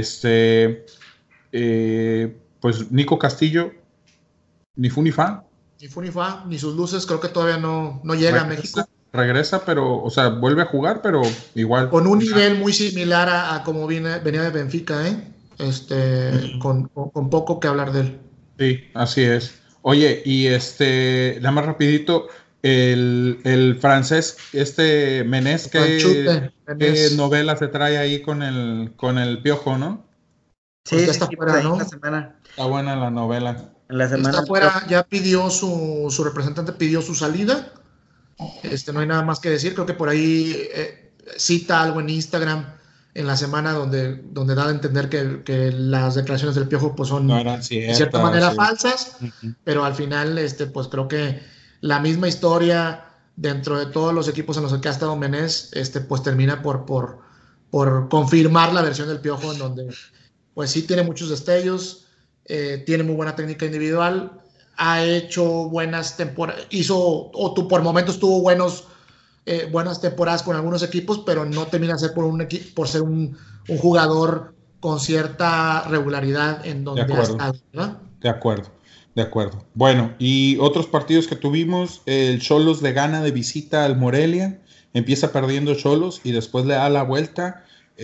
este, eh, pues Nico Castillo, ni fu ni fa, Ni fu ni fa, ni sus luces, creo que todavía no, no llega regresa, a México. Regresa, pero, o sea, vuelve a jugar, pero igual. Con un nivel muy similar a, a como viene, venía de Benfica, ¿eh? Este, uh-huh. con, con, con poco que hablar de él. Sí, así es. Oye, y este, nada más rapidito, el, el francés, este Menés, ¿qué, ¿qué novela se trae ahí con el, con el Piojo, no? Sí, pues ya sí, está sí, fuera, ¿no? La semana. Está buena la novela. En la semana está fuera, ya pidió su, su representante pidió su salida. Este, no hay nada más que decir, creo que por ahí eh, cita algo en Instagram en la semana donde, donde da a entender que, que las declaraciones del Piojo pues son no eran ciertas, de cierta manera sí. falsas, uh-huh. pero al final este, pues creo que la misma historia dentro de todos los equipos en los que ha estado Menés este, pues termina por, por, por confirmar la versión del Piojo, en donde pues sí tiene muchos destellos, eh, tiene muy buena técnica individual, ha hecho buenas temporadas, hizo, o tu, por momentos tuvo buenos, eh, buenas temporadas con algunos equipos, pero no termina de ser por, un equi- por ser un, un jugador con cierta regularidad en donde de ha estado, ¿no? De acuerdo, de acuerdo. Bueno, y otros partidos que tuvimos, el Xolos le gana de visita al Morelia, empieza perdiendo Xolos y después le da la vuelta,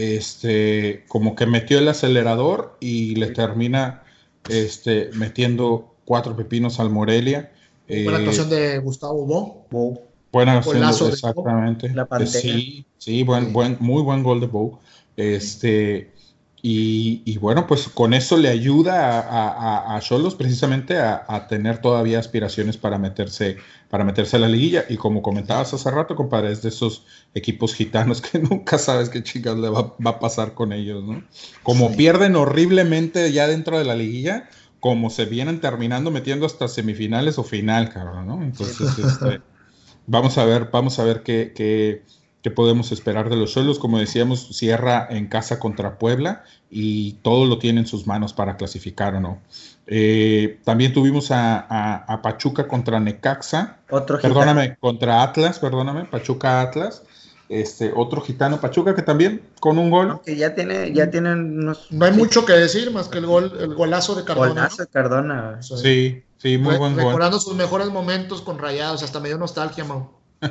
este, como que metió el acelerador y le termina este, metiendo cuatro pepinos al Morelia. Buena eh, actuación de Gustavo Bou. Bou. Buena actuación, exactamente. La Pantera. Sí, sí, buen, sí. Buen, muy buen gol de Bou. Este, y, y bueno, pues con eso le ayuda a Xolos precisamente a, a tener todavía aspiraciones para meterse, para meterse a la liguilla. Y como comentabas hace rato, compadre, es de esos equipos gitanos que nunca sabes qué chicas le va, va a pasar con ellos, ¿no? Como sí. pierden horriblemente ya dentro de la liguilla, como se vienen terminando metiendo hasta semifinales o final, cabrón, ¿no? Entonces, este, vamos a ver, vamos a ver qué, qué, qué podemos esperar de los Xolos. Como decíamos, cierra en casa contra Puebla y todo lo tiene en sus manos para clasificar o no. Eh, también tuvimos a, a, a Pachuca contra Necaxa. Otro perdóname, gitano. contra Atlas, perdóname, Pachuca Atlas. Este, otro gitano Pachuca que también con un gol. Aunque ya tiene, ya tienen unos. No hay mucho que decir más que el gol, el golazo de Cardona. Golazo de Cardona. Sí, sí, sí muy Re- buen recordando gol. Recordando sus mejores momentos con Rayados, hasta me dio nostalgia, Mau.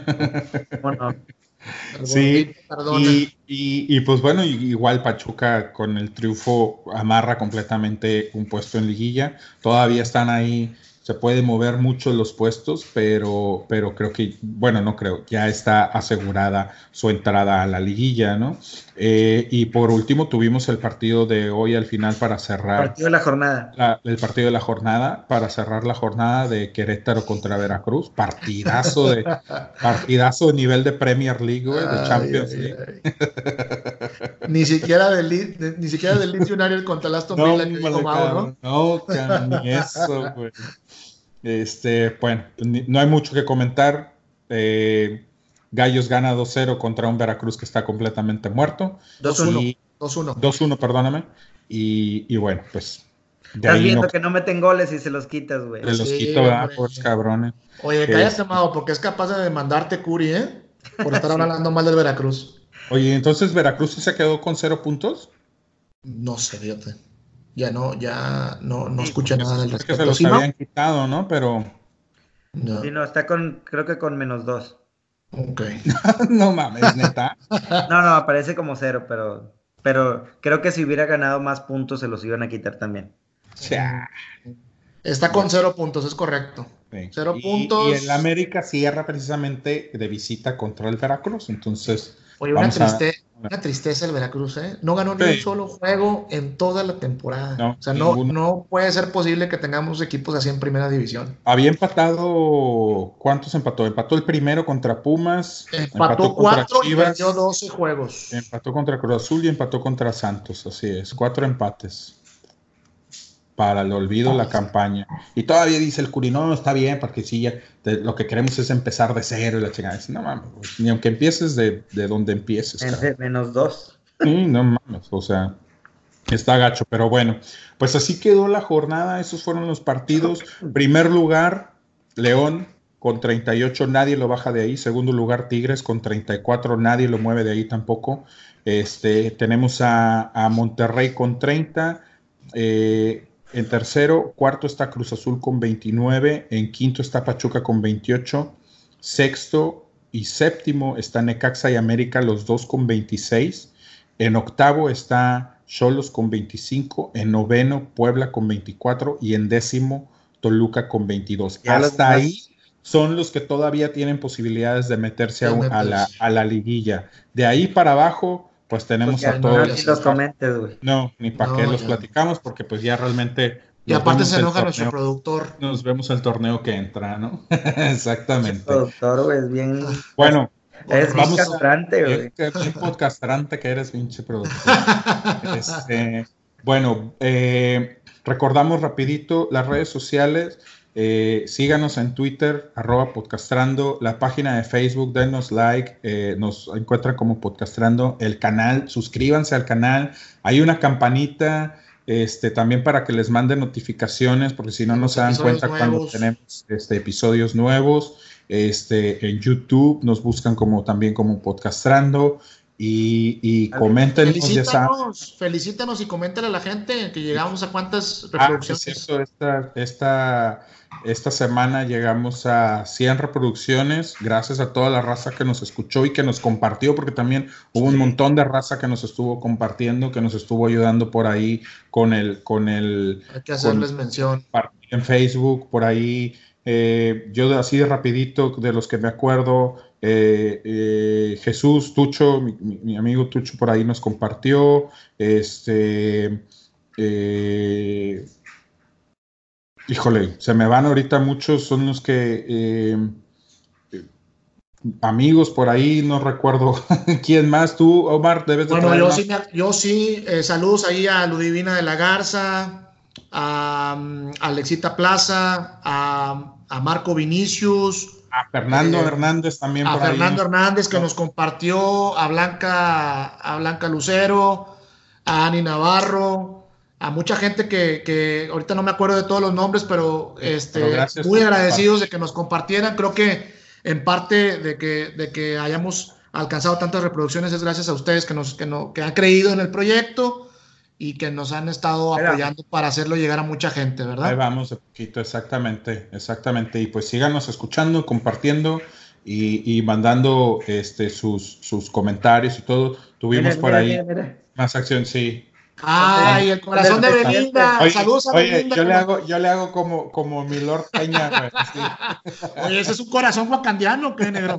Bueno. Sí, y, y, y pues bueno, igual Pachuca con el triunfo amarra completamente un puesto en liguilla. Todavía están ahí, se puede mover mucho los puestos, pero, pero creo que, bueno, no creo, ya está asegurada su entrada a la liguilla, ¿no? Eh, y por último tuvimos el partido de hoy al final para cerrar. Partido de la jornada. La, el partido de la jornada, para cerrar la jornada de Querétaro contra Veracruz. Partidazo de, partidazo de nivel de Premier League, güey, de Champions ay, League. Ay, ay. Ni siquiera del de, ni siquiera del Leeds United contra el Aston Villa, no, que dijo Mau, ¿no? No, ni eso, güey. Este, bueno, no hay mucho que comentar. Eh, Gallos gana dos cero contra un Veracruz que está completamente muerto. dos uno. dos uno. dos uno, perdóname. Y, y bueno, pues. Estás viendo no, que no meten goles y se los quitas, güey. Se los sí, quito, ¿verdad? Por cabrones. Oye, cállate, es... Mao, porque es capaz de demandarte Curi, ¿eh? Por estar sí. hablando mal del Veracruz. Oye, entonces Veracruz sí se quedó con cero puntos. No sé, fíjate. Ya no, ya no, no sí, escuché nada del respecto. Que se los ¿Sí, habían no? quitado, ¿no? Pero. No. Sí, no, está con, creo que con menos dos. Ok. No mames, neta. No, no, aparece como cero, pero, pero creo que si hubiera ganado más puntos se los iban a quitar también. Ya. Está con cero puntos, es correcto. Sí. Cero y, puntos. Y el América cierra precisamente de visita contra el Veracruz, entonces. Oye, una, triste, a... una tristeza el Veracruz, ¿eh? No ganó sí. ni un solo juego en toda la temporada. No, o sea, no, no puede ser posible que tengamos equipos así en primera división. Había empatado, ¿cuántos empató? Empató el primero contra Pumas. Empató, empató cuatro contra Chivas, y perdió doce juegos. Empató contra Cruz Azul y empató contra Santos, así es. Cuatro empates. Para el olvido oh. la campaña. Y todavía dice el Curi, no, está bien, porque sí, ya te, lo que queremos es empezar de cero y la chingada. No mames, ni aunque empieces de, de donde empieces. Entre menos dos. Sí, no mames, o sea, está gacho, pero bueno. Pues así quedó la jornada, esos fueron los partidos. Primer lugar, León con treinta y ocho, nadie lo baja de ahí. Segundo lugar, Tigres con treinta y cuatro, nadie lo mueve de ahí tampoco. Este, tenemos a, a Monterrey con treinta, eh, En tercero, cuarto está Cruz Azul con veintinueve. En quinto está Pachuca con veintiocho. Sexto y séptimo está Necaxa y América, los dos con veintiséis. En octavo está Xolos con veinticinco. En noveno, Puebla con veinticuatro. Y en décimo, Toluca con veintidós. Ya los Hasta demás- ahí son los que todavía tienen posibilidades de meterse a, De a la, meterse. a la liguilla. De ahí para abajo, pues tenemos Pues ya a no, todos. ni los comentes, güey. No, ni para No, qué los ya. platicamos, porque pues ya realmente Y nos aparte vemos se el enoja nuestro torneo. productor. Nos vemos el torneo que entra, ¿no? Ese Exactamente. productor, güey, es bien... Bueno, es bien vamos a- castrante, güey. bien, bien podcastrante que eres, pinche productor. Este, bueno, eh, recordamos rapidito las redes sociales. Eh, síganos en Twitter, arroba podcastrando, la página de Facebook, denos like, eh, nos encuentran como podcastrando, el canal, suscríbanse al canal, hay una campanita, este, también para que les manden notificaciones, porque si no, no Los se dan episodios cuenta cuando nuevos. tenemos este, episodios nuevos. Este, en YouTube nos buscan como también como podcastrando y, y comenten. Felicítanos, felicítanos y coméntale a la gente que llegamos a cuántas Ah, sí, es reproducciones. cierto, esta, esta, esta semana llegamos a cien reproducciones, gracias a toda la raza que nos escuchó y que nos compartió, porque también hubo un Sí. montón de raza que nos estuvo compartiendo, que nos estuvo ayudando por ahí con el, con el, Hay que hacerles mención. compartir en Facebook, por ahí. Eh, yo así de rapidito, de los que me acuerdo, eh, eh, Jesús Tucho, mi, mi- mi amigo Tucho por ahí nos compartió, este, eh, híjole, se me van ahorita muchos, son los que, eh, eh, amigos por ahí, no recuerdo quién más, tú, Omar, debes de Bueno, traer yo más. sí, me- yo sí, eh, saludos ahí a Ludivina de la Garza, a, um, Alexita Plaza, a, a Marco Vinicius, A Fernando eh, Hernández también a por Fernando ahí. Hernández que ¿no? nos compartió, a Blanca, a Blanca Lucero, a Ani Navarro, a mucha gente que, que ahorita no me acuerdo de todos los nombres, pero, este, pero gracias muy por agradecidos compartir. de que nos compartieran. Creo que en parte de que, de que hayamos alcanzado tantas reproducciones es gracias a ustedes que, nos, que, no, que han creído en el proyecto y que nos han estado Mira. apoyando para hacerlo llegar a mucha gente, Ahí ¿verdad? vamos de poquito, exactamente, exactamente. Y pues síganos escuchando, compartiendo y, y mandando este, sus, sus comentarios y todo. Tuvimos Mira, por mira, ahí mira, mira. más acción, sí. Ay, el corazón de Oye, Belinda. Oye, Saludos a oye, Belinda. yo que le nos- hago, yo le hago como, como mi Lord Peña, güey. Sí. Oye, ese es un corazón wakandiano, ¿qué, negro?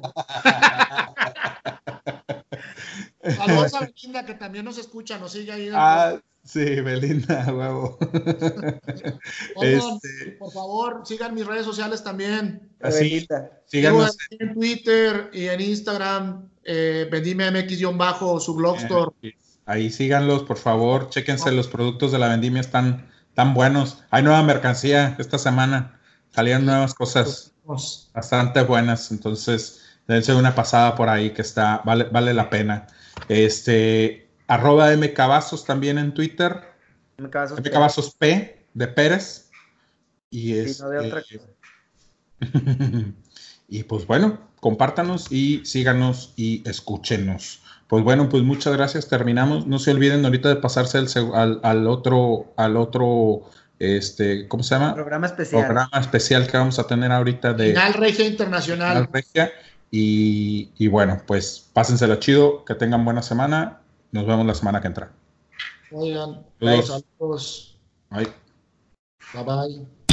Saludos a Belinda, que también nos escucha, nos sigue ahí. en el Ah, sí, Belinda, huevo. podcast. Oigan, este- por favor, sigan mis redes sociales también. Así, Abuelita. Sigo síganos. en Twitter y en Instagram, eh, Vendime M X-bajo, su blogstore. Ahí síganlos, por favor. Chéquense, los productos de la vendimia están tan buenos. Hay nueva mercancía esta semana. Salieron nuevas cosas bastante buenas. Entonces, dense una pasada por ahí que está, vale, vale la pena. Este, arroba M Cavazos también en Twitter. Me caso. M Cavazos P de Pérez. Y Sí, no de otra este, cosa. y pues bueno, compártanos y síganos y escúchenos. Pues bueno, pues muchas gracias. Terminamos. No se olviden ahorita de pasarse al, seg- al, al otro, al otro, este, ¿cómo se llama? Programa especial. Programa especial que vamos a tener ahorita de Final Regia Final Internacional. Regia. Y, y bueno, pues pásensela chido, que tengan buena semana. Nos vemos la semana que entra. Oigan, Saludos. saludos. Bye. Bye bye.